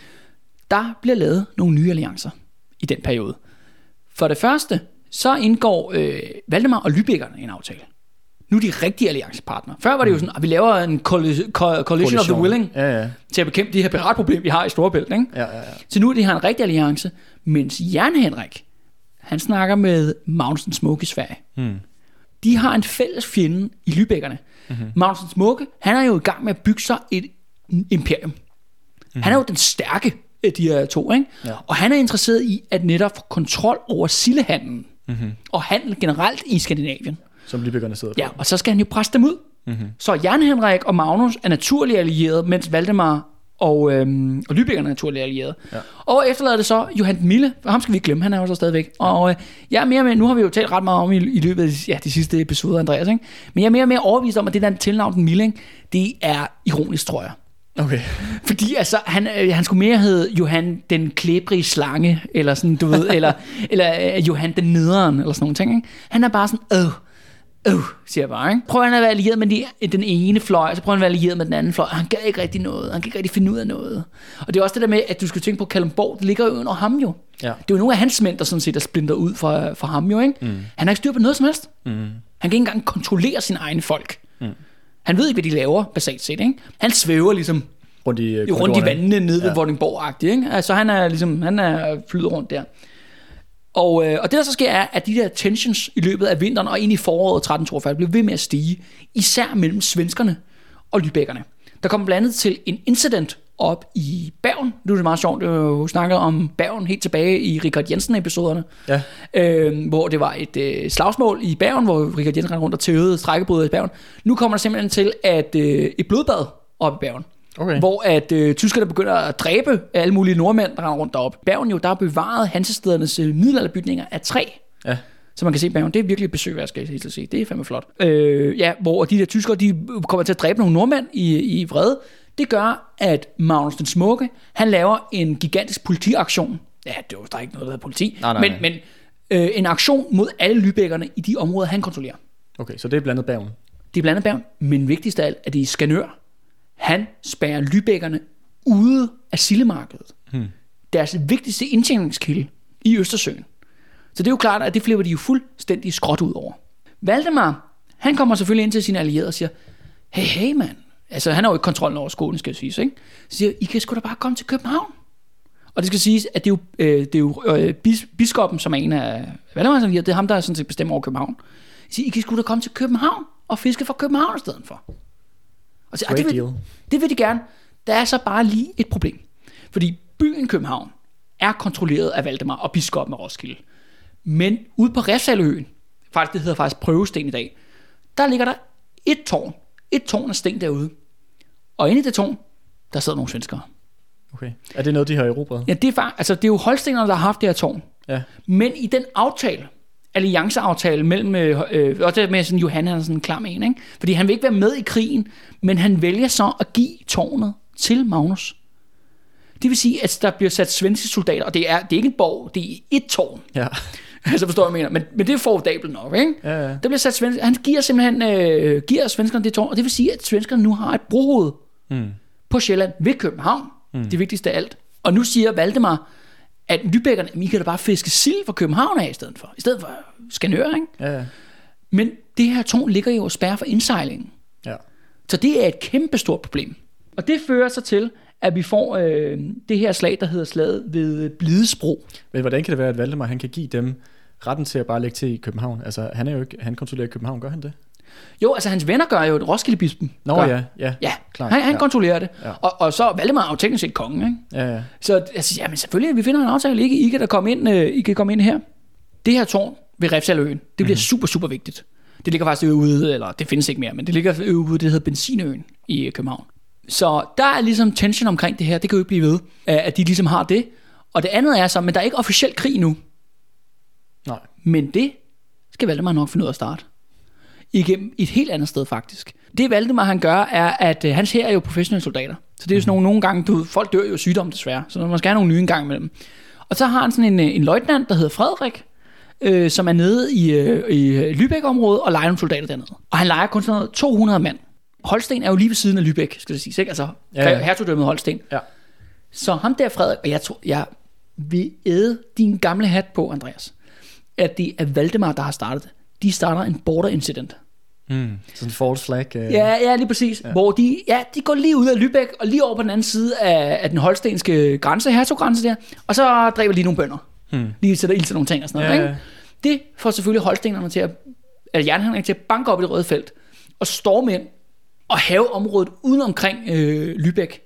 Der bliver lavet nogle nye alliancer i den periode. For det første, så indgår Valdemar og Lübeckerne en aftale. Nu er de rigtige alliancepartnere. Før var det jo sådan, at vi laver en coalition of the willing til at bekæmpe de her piratproblemer, vi har i Storebælt. Ikke? Ja. Så nu er de her en rigtig alliance, mens Jern Henrik, han snakker med Magnus den Smukke i Sverige. De har en fælles fjende i Lübeckerne. Magnus den Smukke, han er jo i gang med at bygge sig et imperium. Han er jo den stærke af de her to, ikke? Ja. Og han er interesseret i at netop få kontrol over sildehandlen og handel generelt i Skandinavien. Som Lübeckerne sidder på. Ja, og så skal han jo presse dem ud. Så Jern Henrik og Magnus er naturligt allierede, mens Valdemar og Lübeckerne er naturligt allierede. Ja. Og efterlader det så Johan den Milde, og ham skal vi ikke glemme, han er jo så stadigvæk. Og jeg er mere med, nu har vi jo talt ret meget om i løbet af de sidste episoder, Andreas, ikke? Men jeg er mere og mere overbevist om, at det der tilnavn den Milde, det er ironisk, tror jeg. Okay. Fordi altså, han skulle mere hedde Johan den klæbrige slange, eller sådan, du ved, eller Johan den nederen, eller sådan nogle ting, ikke? Han er bare sådan, siger jeg bare, ikke? Prøv at være allieret med den ene fløj, så prøv at være allieret med den anden fløj. Han gad ikke rigtig noget, han kan ikke rigtig finde ud af noget. Og det er også det der med, at du skal tænke på Kalundborg, det ligger jo under ham jo. Ja. Det er jo nogle af hans mænd, der sådan set er splinter ud fra ham jo, ikke? Han har ikke styr på noget som helst. Han kan ikke engang kontrollere sine egne folk. Han ved ikke, hvad de laver, basalt set, ikke? Han svæver ligesom rundt i vandene nede ved Vordingborg-agtigt, ikke? Altså han er flyder rundt der. Og det der så sker er, at de der tensions i løbet af vinteren og ind i foråret 1342 bliver ved med at stige, især mellem svenskerne og lübeckerne. Der kommer blandt andet til en incident op i Bergen. Det er meget sjovt, du snakkede om Bergen helt tilbage i Richard Jensen-episoderne, hvor det var et slagsmål i Bergen, hvor Richard Jensen rendte rundt og tævede strækkebryder i Bergen. Nu kommer der simpelthen til at et blodbad op i Bergen. Okay. Hvor at tyskerne begynder at dræbe alle mulige nordmænd, der render rundt deroppe. Bergen jo, der er bevaret hansestedernes middelalderbygninger af træ. Ja. Så man kan se Bergen, det er virkelig et besøg, jeg skal helt sige. Det er fandme flot. Hvor de der tyskere, de kommer til at dræbe nogle nordmænd i vrede. Det gør, at Magnus den Smukke, han laver en gigantisk politiaktion. Ja, der er ikke noget, der hedder politi. Nej. Men en aktion mod alle lübeckerne i de områder, han kontrollerer. Okay, så det er blandet Bergen. Det er blandet Bergen, men vigtigst af alt, at det er Skanør. Han spærrer lübeckerne ude af sildemarkedet. Deres vigtigste indtjeningskilde i Østersøen. Så det er jo klart, at det flipper de jo fuldstændig skråt ud over. Valdemar, han kommer selvfølgelig ind til sine allierede og siger, hey mand, altså han har jo ikke kontrollen over Skåne, skal jeg sige, ikke? Så siger, I kan sgu da bare komme til København. Og det skal siges, at det er jo biskoppen, som er en af Valdemars allierede, det er ham, der sådan set bestemmer over København. Så siger, I kan sgu da komme til København og fiske fra København i stedet for. Og så, det vil de gerne. Der er så bare lige et problem. Fordi byen København er kontrolleret af Valdemar og biskoppen af Roskilde. Men ude på Refshaleøen, faktisk det hedder faktisk Prøvesten i dag, der ligger der et tårn af sten derude. Og inde i det tårn, der sidder nogle svenskere. Okay. Er det noget, de har erobret? Ja, det er jo holstenerne, der har haft det her tårn. Ja. Men i den allianceaftale mellem, og det med sådan, Johan, han er sådan en klam en, ikke? Fordi han vil ikke være med i krigen, men han vælger så at give tårnet til Magnus. Det vil sige, at der bliver sat svenske soldater, og det er ikke en borg, det er et tårn. Ja. Så forstår jeg, mener. Men det er formidabelt nok, ikke? Ja. Der bliver sat han giver simpelthen giver svenskerne det tårn, og det vil sige, at svenskerne nu har et brohoved på Sjælland ved København. Det vigtigste af alt. Og nu siger Valdemar, at lübeckerne, I kan da bare fiske sild fra København af i stedet for Skanør, ikke? Ja. Men det her tårn ligger jo og spærrer for indsejlingen. Ja. Så det er et kæmpe stort problem. Og det fører så til, at vi får det her slag, der hedder slaget ved Blidesbro. Men hvordan kan det være, at Valdemar han kan give dem retten til at bare lægge til i København? Altså, han kontrollerer København, gør han det? Jo, altså hans venner gør jo, Roskildebispen. Nå ja, klart. Han kontrollerer det. Ja. Og så Valdemar jo teknisk set kongen, ikke? Ja. Så altså, men selvfølgelig, vi finder en aftale, I kan komme ind her. Det her tårn ved Refshaleøen, det bliver super, super vigtigt. Det ligger faktisk ude, eller det findes ikke mere, men det ligger ude, det hedder Benzinøen i København. Så der er ligesom tension omkring det her, det kan jo ikke blive ved, at de ligesom har det. Og det andet er så, men der er ikke officiel krig nu. Nej. Men det skal Valdemar nok finde ud af at starte. Igennem et helt andet sted faktisk. Det Valdemar han gør, er, at hans her er jo professionelle soldater. Så det er jo sådan nogle gange, folk dør jo af sygdom desværre, så man skal have nogle nye en gang imellem. Og så har han sådan en løjtnant, der hedder Frederik, som er nede i Lübeck-området og leger nogle soldater dernede. Og han leger kun sådan noget 200 mand. Holsten er jo lige ved siden af Lübeck, skal det sige, ikke? Altså hertugdømmet Holsten. Ja. Så ham der Frederik, og jeg tror, jeg vil æde din gamle hat på, Andreas, at det er Valdemar, der har startet det. De starter en border incident. Sådan en false flag. Ja, lige præcis. Ja. Hvor de går lige ud af Lübeck og lige over på den anden side af den holstenske grænse, hertuggrænse der, og så dræber de nogle bønder. Lige sætter ild til nogle ting og sådan noget. Ikke? Det får selvfølgelig holstenerne til jernhandlerne til at banke op i det røde felt og storme ind og have området uden omkring Lübeck.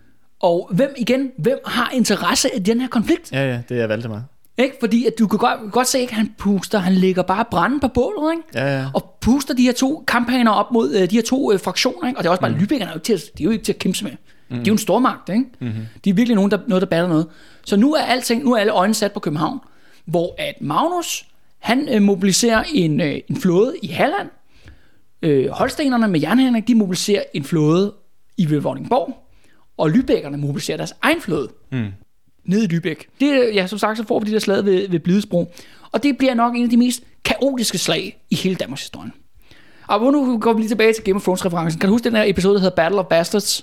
Og hvem har interesse i den her konflikt? Ja, det er Valdemar. Ikke? Fordi at du kan godt se, at han lægger bare branden på bålet, ikke? Ja. Og puster de her to kampagner op mod de her to fraktioner, ikke? Og det er også bare, Lübeckerne er jo ikke til at kæmpe med. De er jo en stormagt, ikke? De er virkelig noget, der batter noget. Så nu er alle øjne sat på København, hvor at Magnus, han mobiliserer en flåde i Halland. Holstenerne med jernhandlerne, de mobiliserer en flåde i Vordingborg, og Lübeckerne mobiliserer deres egen flåde. Nede i Lübeck. Det, som sagt, så får vi de der slag ved Blidesbro. Og det bliver nok en af de mest kaotiske slag i hele Danmarks historie. Og nu går vi lige tilbage til Game of Thrones-referencen. Kan du huske den her episode, der hedder Battle of Bastards?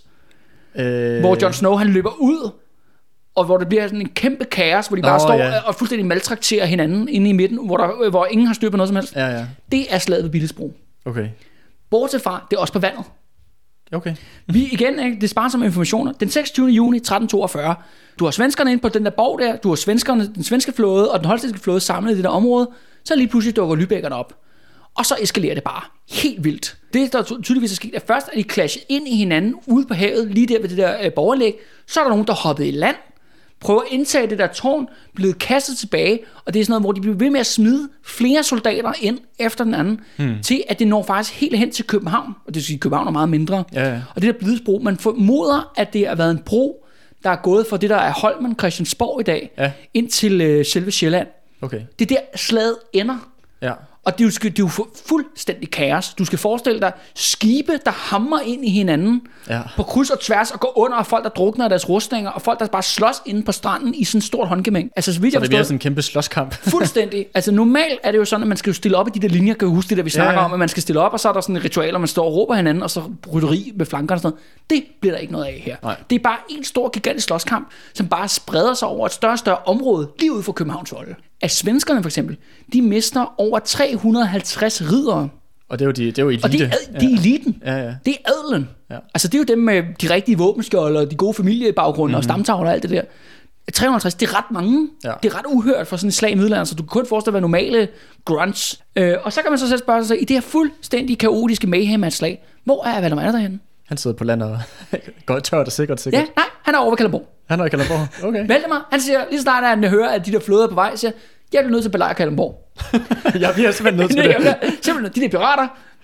Hvor Jon Snow, han løber ud, og hvor det bliver sådan en kæmpe kaos, hvor de bare står og fuldstændig maltrakterer hinanden inde i midten, hvor ingen har styr på noget som helst. Ja. Det er slaget ved Blidesbro. Okay. Bortset fra, det er også på vandet. Okay. Vi igen, ikke? Det er sparsomme informationer. Den 26. juni 1342, du har svenskerne inde på den der borg der, du har den svenske flåde og den holstenske flåde samlet i det der område, så lige pludselig dukker Lübeckerne op. Og så eskalerer det bare helt vildt. Det, der tydeligvis er sket, er først, at de clashet ind i hinanden ude på havet, lige der ved det der borgerlæg. Så er der nogen, der hoppede i land, prøver at indtage det der tårn, blevet kastet tilbage, og det er sådan noget, hvor de bliver ved med at smide flere soldater ind efter den anden, til at det når faktisk helt hen til København, og det vil sige, at København er meget mindre. Ja. Og det der Blidesbro, man formoder, at det har været en bro, der er gået fra det, der er Holmen Christiansborg i dag, ind til selve Sjælland. Okay. Det er der slaget ender. Ja. Og det er jo fuldstændig kaos. Du skal forestille dig skibe, der hamrer ind i hinanden på kryds og tværs og går under, og folk, der drukner af deres rustninger, og folk, der bare slås inde på stranden i sådan et stort håndgemæng. Altså, så vidt jeg forstår, det bliver sådan en kæmpe slåskamp. Fuldstændig. Altså normalt er det jo sådan, at man skal jo stille op i de der linjer, kan du huske det der, vi snakker om, at man skal stille op, og så er der sådan et ritual, og man står og råber hinanden, og så rytteri med flankerne og sådan noget. Det bliver der ikke noget af her. Nej. Det er bare en stor, gigantisk slåskamp, som bare spreder sig over et større og større område, lige ud for Københavns volde. At svenskerne for eksempel, de mister over 350 riddere. Og det er jo elite. Og det er eliten. Ja. Det er adelen. Ja. Altså det er jo dem med de rigtige våbenskjolder, og de gode familiebaggrunde og stamtavler og alt det der. 350, det er ret mange. Ja. Det er ret uhørt for sådan et slag i middelalderen, så du kan kun forestille dig normale grunts. Og så kan man så selv spørge sig, i det her fuldstændig kaotiske mayhem af et slag, hvor er Valdemar derhenne? Han sidder på land og går tørt og sikkert. Ja, nej, han er over ved Kalundborg. Han er i Kalundborg, okay. Valdemar, han siger, lige så snart han hører, at de der flåder er på vej, siger, jeg bliver nødt til at belejre Kalundborg. Jeg bliver simpelthen nødt til det. Simpelthen, de der pirater,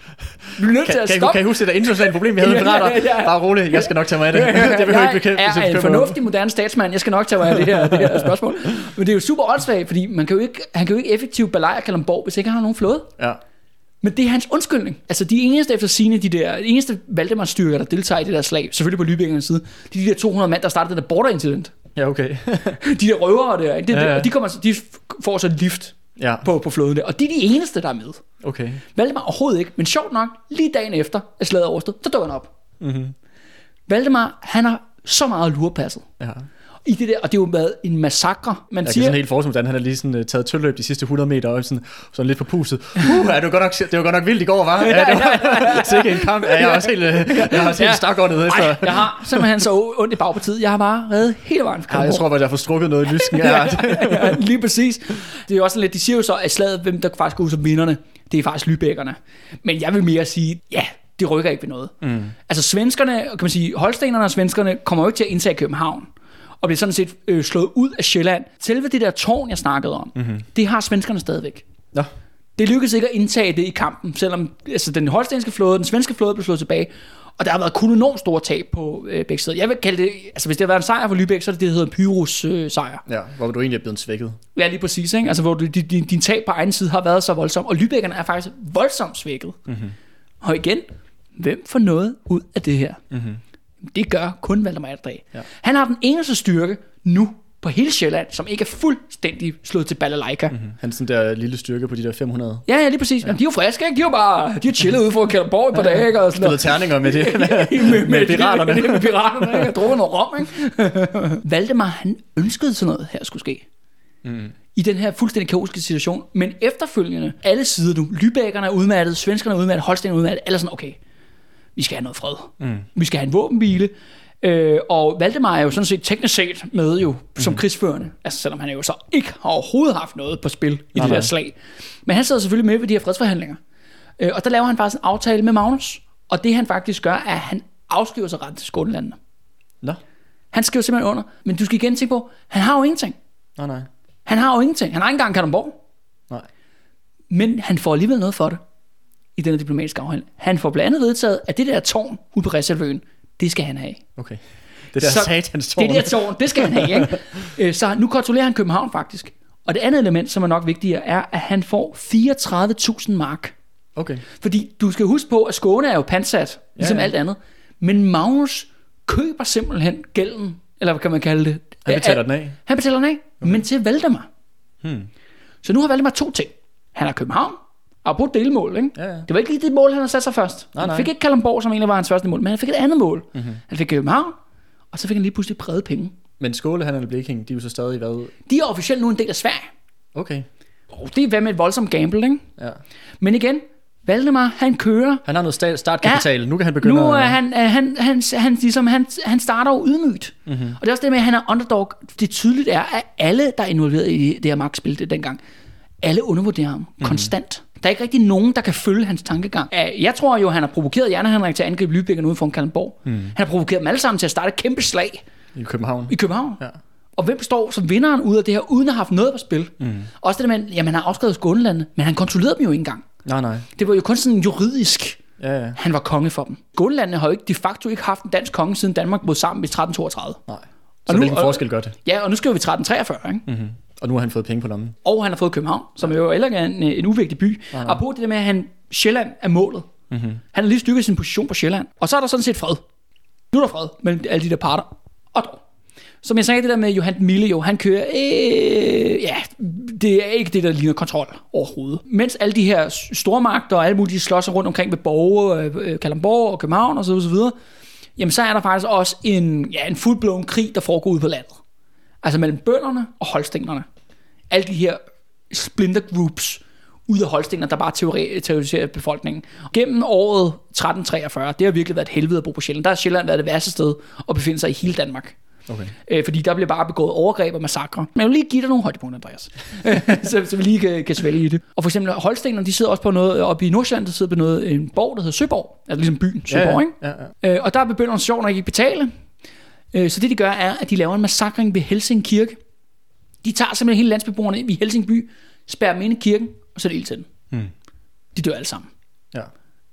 Vi er nødt til at stoppe. Kan I huske det der internationale problem, vi havde med pirater? Bare roligt, jeg skal nok tage mig af det. Det behøver ikke bekæmpe. Jeg er en fornuftig moderne statsmand, jeg skal nok tage mig af det her spørgsmål. Men det er jo super åndssvagt, fordi han kan jo ikke effektivt belejre Kalundborg, hvis ikke han har nogen flåde. Ja. Men det er hans undskyldning. Altså de eneste efter sine, eneste Valdemar-styrker, der deltager i det der slag, selvfølgelig på Lübeckernes side, de der 200 mand, der startede det der border-incident. Ja, okay. De der røvere der, ikke? De får så et lift på flåden der, og de er de eneste, der er med. Okay. Valdemar overhovedet ikke, men sjovt nok, lige dagen efter, at slaget overstået, så dukker han op. Mm-hmm. Valdemar, han har så meget lurepasset. Ja. I det der, og det har jo været en massakre. Man siger, kan sådan helt forestille, hvordan han har lige sådan taget tølløb de sidste 100 meter og sådan lidt på puset. Det var godt nok vildt i går, var? Ja, det var sikkert en kamp. Ja, jeg er også helt stakåndet efter. Ej, jeg har simpelthen så ondt i bagpartiet. Jeg har bare reddet hele vejen. Jeg tror bare, jeg får strukket noget i lysken. Ja, lige præcis. Det er jo også lidt, de siger jo så, at slaget, hvem der faktisk går ud som vinderne, det er faktisk Lübeckerne. Men jeg vil mere sige, det rykker ikke ved noget. Mm. Altså svenskerne, kan man sige, holstenerne og svenskerne kommer jo ikke til at indtage København. Og bliver sådan set slået ud af Sjælland. Selve det der tårn, jeg snakkede om, det har svenskerne stadigvæk. Ja. Det lykkedes ikke at indtage det i kampen, selvom altså, den holstenske flåde, den svenske flåde blev slået tilbage. Og der har været kun enormt store tab på begge sider. Jeg vil kalde det, altså hvis det har været en sejr for Lübeck, så er det der hedder Pyrrhus sejr. Ja, hvor du egentlig er blevet svækket. Ja, lige præcis. Ikke? Altså hvor din tab på egen side har været så voldsom. Og Lübeckerne er faktisk voldsomt svækket. Mm-hmm. Og igen, hvem får noget ud af det her? Mm-hmm. Det gør kun Valdemar Atterdag. Ja. Han har den eneste styrke nu på hele Sjælland, som ikke er fuldstændig slået til balalaika. Mm-hmm. Han sådan der lille styrke på de der 500. Ja, lige præcis. Ja. Jamen, de er jo friske, ikke? De er jo chillet ude for Kalundborg et par dage. Og spillet terninger med det. med piraterne. Med piraterne, ikke? Og drukket noget rom, ikke? Valdemar, han ønskede sådan noget her skulle ske. Mm. I den her fuldstændig kaotiske situation. Men efterfølgende, alle sider nu, Lübeckerne er udmattet, svenskerne er udmattet, holstenerne er udmattet, alle sådan, okay, vi skal have noget fred. Mm. Vi skal have en våbenhvile. Og Valdemar er jo sådan set teknisk set med jo som krigsførende. Altså selvom han jo så ikke har overhovedet haft noget på spil i det der slag. Men han sidder selvfølgelig med ved de her fredsforhandlinger. Og der laver han faktisk en aftale med Magnus. Og det han faktisk gør, er at han afskriver sig ret til Skånelandene. Nå. Han skriver simpelthen under. Men du skal igen tænke på, han har jo ingenting. Nej. Han har jo ingenting. Han har ikke engang Kalundborg. Nej. Men han får alligevel noget for det. I denne diplomatiske afhandling. Han får blandt andet vedtaget, at det der tårn ude på Reservøen, det skal han have. Okay. Det der satans tårn. Det der tårn, det skal han have, ikke? Så nu kontrollerer han København faktisk. Og det andet element, som er nok vigtigere, er, at han får 34.000 mark. Okay. Fordi du skal huske på, at Skåne er jo pansat, ligesom alt andet. Men Magnus køber simpelthen gælden, eller hvad kan man kalde det? Han betaler den af. Han betaler den af, men til Valdemar. Så nu har Valdemar to ting. Han har København, og på delmål, ikke? Ja. Det var ikke lige det mål, han havde sat sig først. Han fik ikke Kalundborg, som egentlig var hans første mål, men han fik et andet mål. Mm-hmm. Han fik København, og så fik han lige pludselig brede penge. Men Skåne, han og Blekinge, de er jo så stadig hvad? De er officielt nu en del af Sverige. Okay. Og det er hvad med et voldsomt gamble, ikke? Ja. Men igen, Valdemar, han kører. Han har noget startkapital. Nu kan han begynde. Nu er han starter jo ydmygt. Mm-hmm. Og det er også det med, at han er underdog. Det tydeligt er, at alle, der er involveret i det her magtspil det dengang, alle undervurderer ham konstant. Der er ikke rigtig nogen, der kan følge hans tankegang. Jeg tror jo, han har provokeret Jan og Henrik til at angribe Lübeckerne ude foran Kalundborg. Han har provokeret dem alle sammen til at starte et kæmpe slag. I København. Ja. Og hvem står som vinderen ud af det her, uden at have haft noget på spil? Også det der med, jamen han har afskrevet Skånelandet, men han kontrollerede dem jo ikke engang. Nej. Det var jo kun sådan juridisk, han var konge for dem. Skånelandene har jo ikke, de facto ikke haft en dansk konge, siden Danmark brød sammen i 1332. Nej. Så hvilken forskel gør det? Ja, og nu skriver vi 1343, ikke? Mm-hmm. Og nu har han fået penge på lommen. Og han har fået København, som jo heller ikke er en uvigtig by. Og på det der med, at Sjælland er målet. Mm-hmm. Han har lige styrket sin position på Sjælland. Og så er der sådan set fred. Nu er der fred mellem alle de der parter. Og dog. Som jeg sagde, det der med Johan den Milde, han kører, det er ikke det, der ligner kontrol overhovedet. Mens alle de her store magter og alle mulige slås rundt omkring ved Borge, Kalundborg og København og så videre, jamen så er der faktisk også en fuldblåen krig, der foregår ude på landet. Altså mellem bønderne og holstenerne. Alle de her splinter groups ud af holstenerne, der bare terroriserer befolkningen. Gennem året 1343, det har virkelig været et helvede at bo på Sjælland. Der har Sjælland været det værste sted at befinde sig i hele Danmark. Okay. Fordi der bliver bare begået overgreb og massakre. Men jeg vil lige give dig nogle højdepunkter, Andreas. så vi lige kan svælge i det. Og for eksempel holstenerne, de sidder også på noget oppe i Nordsjælland, der sidder på noget, en borg, der hedder Søborg. Altså ligesom byen Søborg, ikke? Ja. Og der begynder sjovt nok ikke betale. Så det de gør er, at de laver en massakring ved Helsing Kirke. De tager simpelthen hele landsbeboerne i Helsing by, spærrer dem ind i kirken, og så er det ild til den. De dør alle sammen. Ja.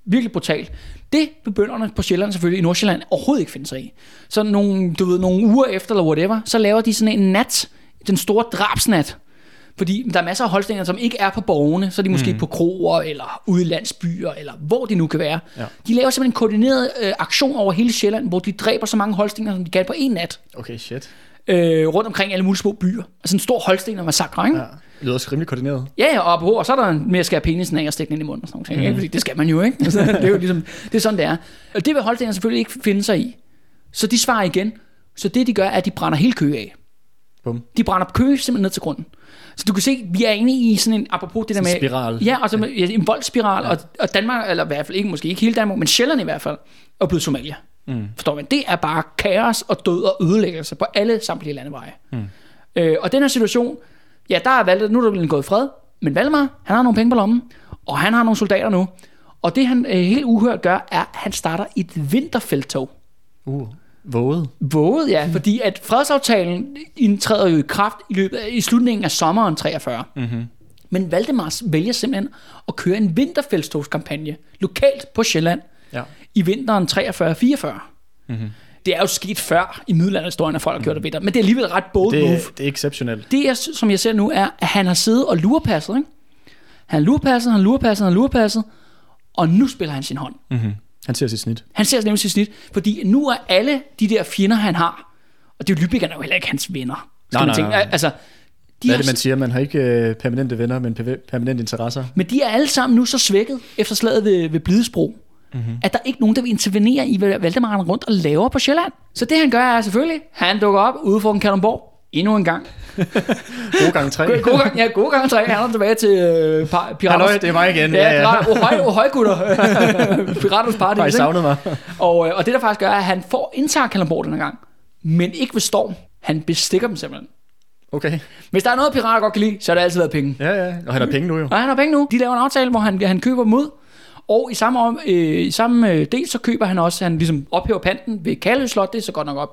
Virkelig brutalt. Det vil bønderne på Sjælland, selvfølgelig i Nordsjælland, overhovedet ikke finde sig i. Så nogle uger efter, eller whatever, så laver de sådan en nat, den store drabsnat. Fordi der er masser af holstener, som ikke er på borgene, så er de måske på kroer, eller ude i landsbyer, eller hvor de nu kan være. Ja. De laver simpelthen en koordineret aktion over hele Sjælland, hvor de dræber så mange holstener, som de kan på en nat. Okay, shit. Rundt omkring alle mulige små byer. Altså en stor holstener-massakre, ikke? Ja. Det lyder også rimelig koordineret. Ja, og så er der mere skære penisen af og stikke den i munden og sådan noget. Ikke? Fordi det skal man jo, ikke? Altså, det er jo ligesom, det er sådan, det er. Og det vil holstener selvfølgelig ikke finde sig i. Så de svarer igen. Så det, de gør, er, at de brænder hele Køge af. Bum. De brænder Køge simpelthen ned til grunden. Så du kan se, vi er inde i sådan en, apropos det der med... spiral. Ja, altså en voldspiral, ja. Og Danmark, eller i hvert fald ikke, måske ikke hele Danmark, men Sjælland i hvert fald, er blevet Somalia. Forstår man? Det er bare kaos og død og ødelæggelse på alle samtlige landeveje. Og den her situation, ja, der er Valdemar, nu er der vel gået fred, men Valdemar, han har nogle penge på lommen, og han har nogle soldater nu. Og det han helt uhørt gør, er, at han starter et vinterfelttog. Våget, ja, fordi at fredsaftalen indtræder jo i kraft i slutningen af sommeren 43. Men Valdemar vælger simpelthen at køre en vinterfelttogskampagne lokalt på Sjælland i vinteren 43-44. Det er jo sket før i middelalderhistorien, at folk har gjort det vinter, men det er alligevel ret bold move. Det er exceptionelt. Det, som jeg ser nu, er, at han har siddet og lurepasset, ikke? Han lurepasset, og nu spiller han sin hånd. Han ser sit snit. Han ser nemlig sit snit, fordi nu er alle de der fjender, han har, og det er jo Lübeckerne er jo heller ikke hans venner. Nej. Altså, hvad er det, man siger? Man har ikke permanente venner, men permanente interesser. Men de er alle sammen nu så svækket efter slaget ved Blidesbro, at der er ikke nogen, der vil intervenere i, hvad Valdemar render rundt og laver på Sjælland. Så det han gør er selvfølgelig, han dukker op ude for en Kalundborg endnu en gang. God gang 3. God gang 3. Han er tilbage til Pirater. Halløj, det er mig igen. Ohøj gutter. Piraters party. Jeg savnede mig. Og det der faktisk gør, er, at han indtager Kalundborg den her gang, men ikke ved storm. Han bestikker dem simpelthen. Okay. Hvis der er noget, pirater godt kan lide, så har det altid været penge. Ja, og han har penge nu jo. Og han har penge nu. De laver en aftale, hvor han køber dem ud. Og i samme del, så køber han også, han ligesom ophæver panten ved Kalø Slot. Det er så godt nok op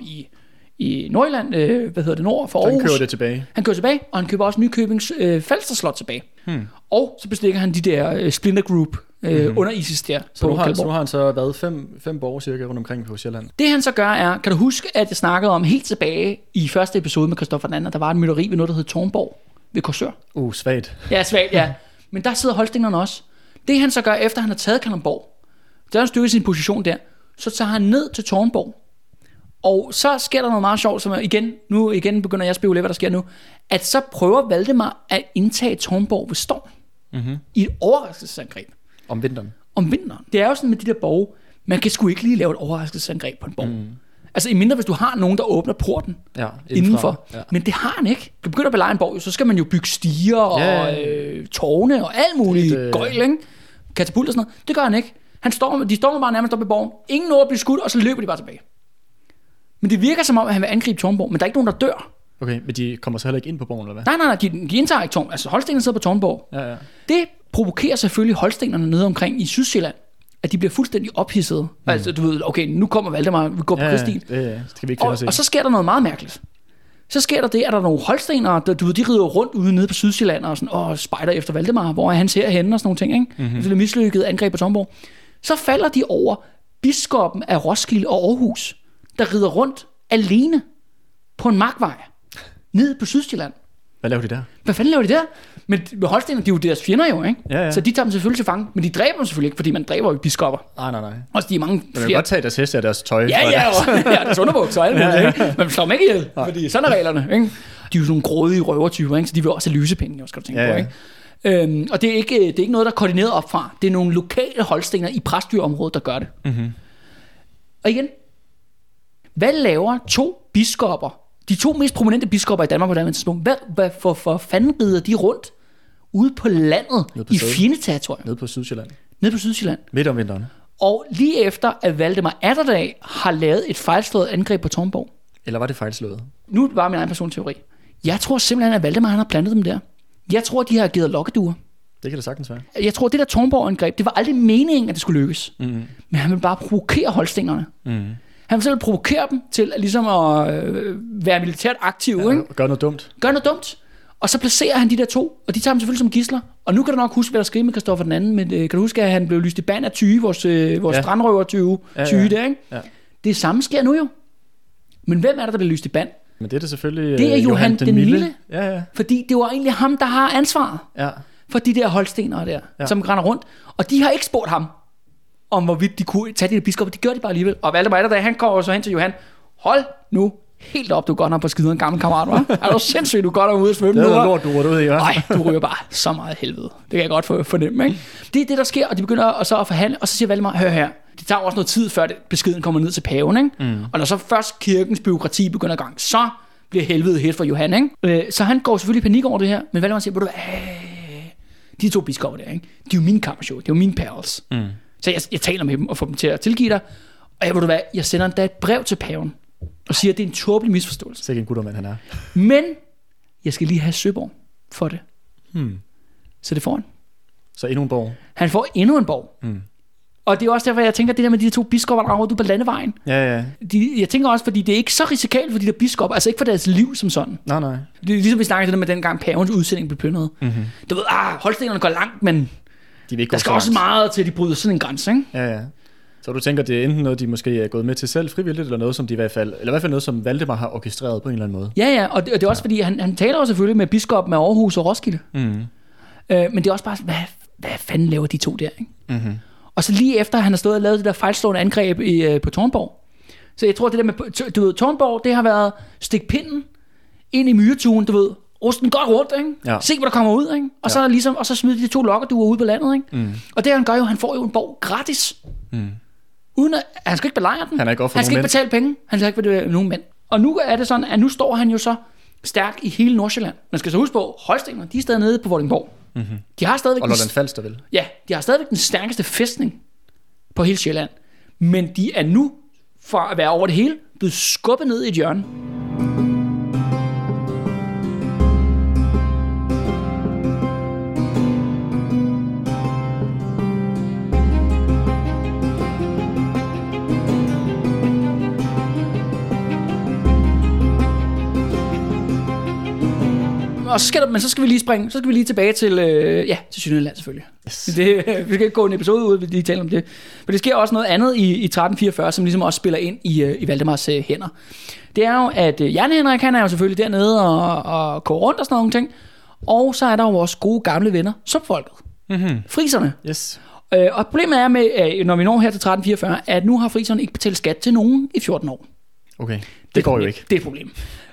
i Nordjylland, nord for Aarhus. Han kører det tilbage. Han kører tilbage, og han køber også Nykøbings Falster Slot tilbage. Og så bestikker han de der Splinter Group under ISIS der. Så nu har han så været fem borgere cirka rundt omkring på Sjælland. Det han så gør er, kan du huske, at jeg snakkede om helt tilbage i første episode med Christoffer II, der var et mytteri ved noget, der hed Tornborg ved Korsør. Svagt. Ja, svagt, ja. Men der sidder holstingerne også. Det han så gør, efter han har taget Kalundborg, der er styrket sin position der, så tager han ned til Tornborg. Og så sker der noget meget sjovt, som igen begynder jeg at spekulere, hvad der sker nu, at så prøver Valdemar at indtage Tornborg ved storm i et overraskelsesangreb. Om vinteren. Det er jo sådan med de der borge, man kan sgu ikke lige lave et overraskelsesangreb på en borg. Altså i mindre, hvis du har nogen, der åbner porten indenfor. Ja. Men det har han ikke. Du begynder at belejre en borg, så skal man jo bygge stiger og tårne og alt muligt gøjl, ikke? Katapult og sådan noget. Det gør han ikke. De stormer bare nærmest op i borgen. Ingen når at blive skudt, og så løber de bare tilbage. Men det virker som om, at han vil angribe Tornborg, men der er ikke nogen, der dør. Okay, men de kommer så heller ikke ind på borgen, eller hvad? Nej, de indtager ikke Tornborg. Altså holstenerne sidder på Tornborg. Ja. Det provokerer selvfølgelig holstenerne nede omkring i Sydsjælland, at de bliver fuldstændig ophidsede. Altså du ved, okay, nu kommer Valdemar, vi går på krigsstil. Det skal vi ikke finde og så sker der noget meget mærkeligt. Så sker der det, at der er nogle holstenere, der de rider rundt ude nede på Sydsjælland og sådan, spejder efter Valdemar, hvor er hans herhenne og sådan nogle ting, ikke? Så det mislykkede angreb på Tornborg. Så falder de over biskoppen af Roskilde og Aarhus, der rider rundt alene på en markvej ned på Sydsjælland. Hvad laver de der? Hvad fanden laver de der? Men holstenerne, de er jo deres fjender jo, ikke? Ja. Så de tager dem selvfølgelig til fange, men de dræber dem selvfølgelig ikke, fordi man dræber jo biskopper. Nej. Også de er mange flere. Man kan godt tage deres heste og deres tøj. Ja, deres underbukser og alt muligt, ikke? Man slår dem ikke ihjel, fordi sådan er reglerne, ikke? De er jo sådan nogle grådige røvertyper, ikke? Så de vil også have lysepenge, skal du tænke på, ikke? Og det er ikke noget, der er koordineret op fra. Det er nogle lokale holstener i Præstø-området, der gør det. Og igen, hvad laver to biskopper, de to mest prominente biskopper i Danmark på det tidspunkt, hvad for fanden rider de rundt ude på landet i fjendeterritorium? Nede på Sydsjælland. Midt om vinteren. Og lige efter, at Valdemar Atterdag har lavet et fejlslået angreb på Tornborg. Eller var det fejlslået? Nu var min egen personteori. Jeg tror simpelthen, at Valdemar han har plantet dem der. Jeg tror, de har givet lokkeduer. Det kan det sagtens være. Jeg tror, det der Tornborg-angreb, det var aldrig meningen, at det skulle lykkes. Men han ville bare provokere holstingerne. Han vil selv provokere dem til ligesom at være militært aktive. Gøre noget dumt. Og så placerer han de der to, og de tager dem selvfølgelig som gidsler. Og nu kan du nok huske, hvad der skete med Christoffer den anden. Men kan du huske, at han blev lyst i band af Tyge, vores strandrøver Tyge der, ikke? Ja. Det samme sker nu jo. Men hvem er der bliver lyst i band? Men det er det selvfølgelig det er Johan den Milde. Ja. Fordi det var egentlig ham, der har ansvaret for de der holstenere der, som render rundt. Og de har ikke spurgt ham, om hvorvidt de kunne tage de der biskopper. De gør de bare alligevel. Og Valdemar Atterdag, han kommer så hen til Johan. Hold nu helt op, du går nok på skideren, en gammel kammerat, hva'? Er du sindssygt, du går derude og svømme nu? Det er lort, du ryger ud i, hva'? Nej, du ryger bare så meget helvede. Det kan jeg godt fornemme, ikke? Det er det, der sker, og de begynder så at forhandle, og så siger Valdemar, hør her, det tager også noget tid, før beskeden kommer ned til paven, ikke? Og når så først kirkens bureaukrati begynder i gang, så bliver helvede helt for Johan, ikke? Så han går selvfølgelig i panik over det her, men Valdemar siger, ved du hvad, de to biskopper der, ikke? De er jo mine kammershow, det er jo mine pals. Så jeg taler med dem og får dem til at tilgive dig, og ved du hvad, jeg sender endda et brev til paven, og siger, at det er en tåbelig misforståelse. Sikke en guttermand han er. Men jeg skal lige have Søborg for det. Så det får han. Så endnu en borg. Han får endnu en borg. Og det er også derfor, jeg tænker, det der med de to biskopper, der rager ud på landevejen. Ja. Jeg tænker også, fordi det er ikke så risikabelt for de der biskopper, altså ikke for deres liv som sådan. Nej. Det er ligesom vi snakkede det med dengang pavens udsending blev plyndret. Du ved, holstenerne går langt, men der skal også meget til, at de bryder sådan en grænse, ikke? Ja. Så du tænker, det er enten noget, de måske er gået med til selv frivilligt, eller noget, som de i hvert fald noget, som Valdemar har orkestreret på en eller anden måde? Ja, og det er også fordi, han taler jo selvfølgelig med biskoppen af Aarhus og Roskilde. Men det er også bare, hvad fanden laver de to der, ikke? Og så lige efter, han har stået og lavet det der fejlslående angreb på Tårnborg. Så jeg tror, det der med, du ved, Tårnborg, det har været stik pinden ind i myretuen, du ved, rusten godt rundt, ikke? Ja. Se, hvad der kommer ud, ikke? Og så ligesom, og så smider de to lokkerduer ud på landet, ikke? Og det han gør jo, han får jo en borg gratis. Uden at, han skal ikke belejre den. Han skal ikke betale penge. Han skal ikke betale nogen mænd. Og nu er det sådan, at nu står han jo så stærk i hele Nordsjælland. Man skal så huske på, Holstenerne, de er stadig nede på Vordingborg. De har stadigvæk og Lolland Falster vel? Ja, de har stadigvæk den stærkeste fæstning på hele Sjælland. Men de er nu, for at være over det hele, blevet skubbet ned i et hjørne. Og så skal vi lige springe, så skal vi lige tilbage til, til Sønderjylland selvfølgelig. Yes. Vi skal ikke gå en episode ud, vi lige taler om det. Men det sker også noget andet i 1344, som ligesom også spiller ind i Valdemars hænder. Det er jo, at Jan Henrik, han er jo selvfølgelig dernede og går rundt og sådan nogle ting. Og så er der jo vores gode gamle venner, subfolket. Friserne. Yes. Og problemet er med, når vi når her til 1344, at nu har friserne ikke betalt skat til nogen i 14 år. Okay, det går jo ikke. Det er et problem.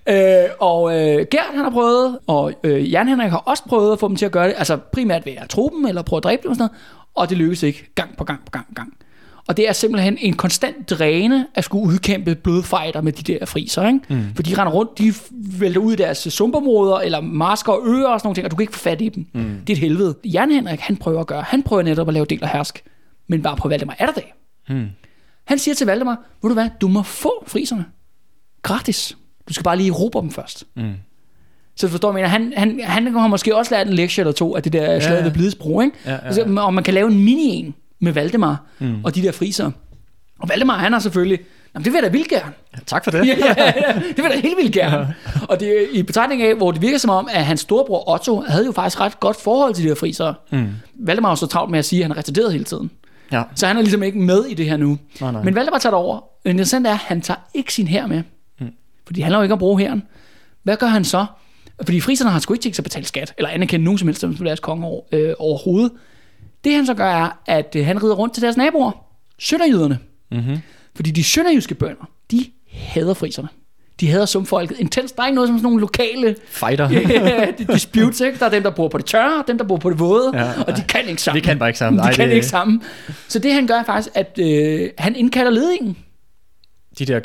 Gert han har prøvet, og Jan Henrik har også prøvet at få dem til at gøre det, altså primært ved at tro dem, eller prøve at dræbe dem og sådan noget, og det lykkes ikke gang på gang. Og det er simpelthen en konstant dræne at skulle udkæmpe blodfighter med de der friser, ikke? For de render rundt, de vælter ud i deres sumpområder, eller marsker og øer og sådan nogle ting, og du kan ikke få fat i dem. Det er et helvede. Jan Henrik, han prøver netop at lave del og hersk, men bare på Valdemar Atterdag. Han siger til Valdemar, ved du hvad, du må få friserne gratis. Du skal bare lige erobre dem først. Så du forstår, jeg mener, han har måske også lært en lektie eller to af det der slaget ved Blidesbro, ikke? Ja. Og man kan lave en mini-en med Valdemar og de der friser. Og Valdemar, han har selvfølgelig, det vil jeg da vildt gerne. Ja, tak for det. ja, det vil jeg da helt vildt gerne. Og det er i betragtning af, hvor det virker som om, at hans storebror Otto havde jo faktisk ret godt forhold til de der friser. Valdemar var så travlt med at sige, at han er retarderet hele tiden. Ja. Så han er ligesom ikke med i det her nu. Nej. Men Valdemar tager det over. Men det interessante er, at han tager ikke sin hær med. Fordi det handler jo ikke om at bruge hæren. Hvad gør han så? Fordi friserne har sgu ikke tænkt sig at betale skat, eller anerkende nogen som helst som deres konge overhovedet. Det han så gør er, at han rider rundt til deres naboer, sønderjyderne. Fordi de sønderjyske bønder, de hader friserne. De hader sumfolket intens. Der er ikke noget som sådan nogle lokale fighter. Disputes, ikke? Der er dem, der bor på det tørre, og dem, der bor på det våde, og de kan ikke sammen. De kan bare ikke sammen. Ikke sammen. Så det han gør er faktisk, at han indkalder ledingen. De der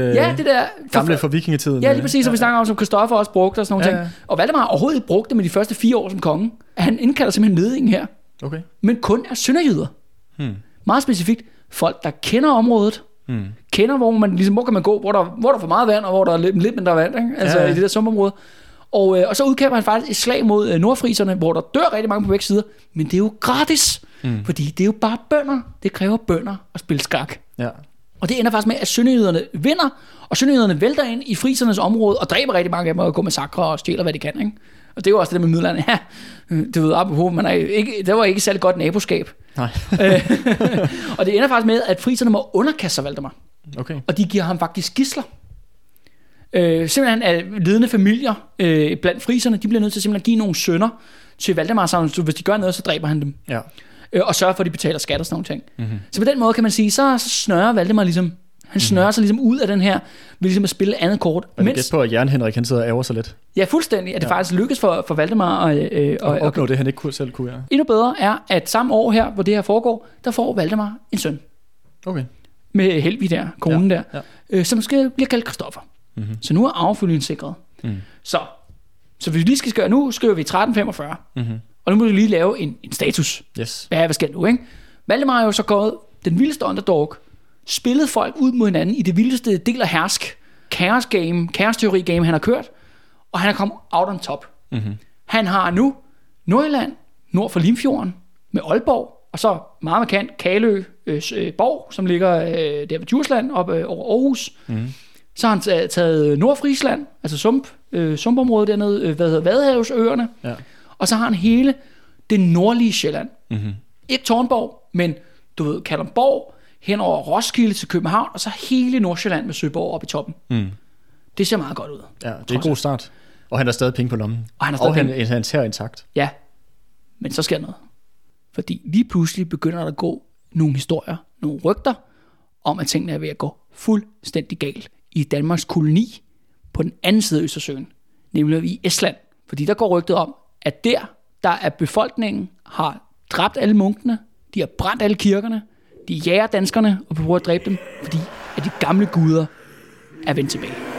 gamle for vikingetiden. Ja, lige præcis, som vi snakker om, som Christoffer også brugte og sådan nogle ting. Og Valdemar overhovedet ikke brugte det med de første 4 år som konge. Han indkalder simpelthen ledingen her. Okay. Men kun er sønderjyder. Meget specifikt folk, der kender området, kender, hvor kan man gå, hvor der er for meget vand, og hvor der er lidt mindre vand, ikke? Altså i det der sumpområde. Og så udkæmper han faktisk et slag mod nordfriserne, hvor der dør rigtig mange på begge sider, men det er jo gratis, fordi det er jo bare bønder. Det kræver bønder at spille skak. Ja. Og det ender faktisk med, at sønderjyderne vinder, og sønderjyderne vælter ind i frisernes område og dræber rigtig mange af dem og går massakre og stjæler, hvad de kan, ikke? Og det er jo også det der med middelalderen. Ja, du ved, det var ikke særlig godt naboskab. Nej. Og det ender faktisk med, at friserne må underkaste sig Valdemar. Okay. Og de giver ham faktisk gidsler. Simpelthen af ledende familier blandt friserne, de bliver nødt til simpelthen at give nogle sønner til Valdemar, så hvis de gør noget, så dræber han dem. Ja. Og sørger for, at de betaler skat og sådan nogle ting. Mm-hmm. Så på den måde kan man sige, så snører Valdemar ligesom, han snører sig ligesom ud af den her, ved ligesom at spille andet kort. Men det gæt på, at Jern Henrik, han sidder og ærger sig lidt. Ja, fuldstændig. At det faktisk lykkes for Valdemar at opnå det, han ikke selv kunne. Ja. Endnu bedre er, at samme år her, hvor det her foregår, der får Valdemar en søn. Okay. Med Helvig der, konen som bliver kaldt Christoffer. Mm-hmm. Så nu er arvefølgen sikret. Mm. Så hvis vi lige skal skrive, nu skriver vi 1345. Mm-hmm. Og nu må vi lige lave en status. Yes. Hvad skal nu, ikke? Valdemar er jo så gået den vildeste underdog, spillet folk ud mod hinanden i det vildeste del af hersk, kaos-teori game, han har kørt, og han er kommet out on top. Mm-hmm. Han har nu Nordjylland, nord for Limfjorden, med Aalborg, og så meget markant Kalø Borg, som ligger der ved Djursland, op over Aarhus. Mm-hmm. Så har han taget Nordfrisland, altså sumpområdet dernede, Vadehavsøerne, og så har han hele det nordlige Sjælland. Mm-hmm. Ikke Tårnborg, men du ved, Kalundborg, hen over Roskilde til København, og så hele Nordsjælland med Søborg oppe i toppen. Mm. Det ser meget godt ud. Ja, det er en god start. Og han har stadig penge på lommen. Og hans her intakt. Ja, men så sker noget. Fordi lige pludselig begynder der at gå nogle historier, nogle rygter, om at tingene er ved at gå fuldstændig galt i Danmarks koloni på den anden side af Østersøen, nemlig i Estland. Fordi der går rygtet om, at der er befolkningen har dræbt alle munkene, de har brændt alle kirkerne, de jager danskerne og prøver at dræbe dem, fordi at de gamle guder er vendt tilbage.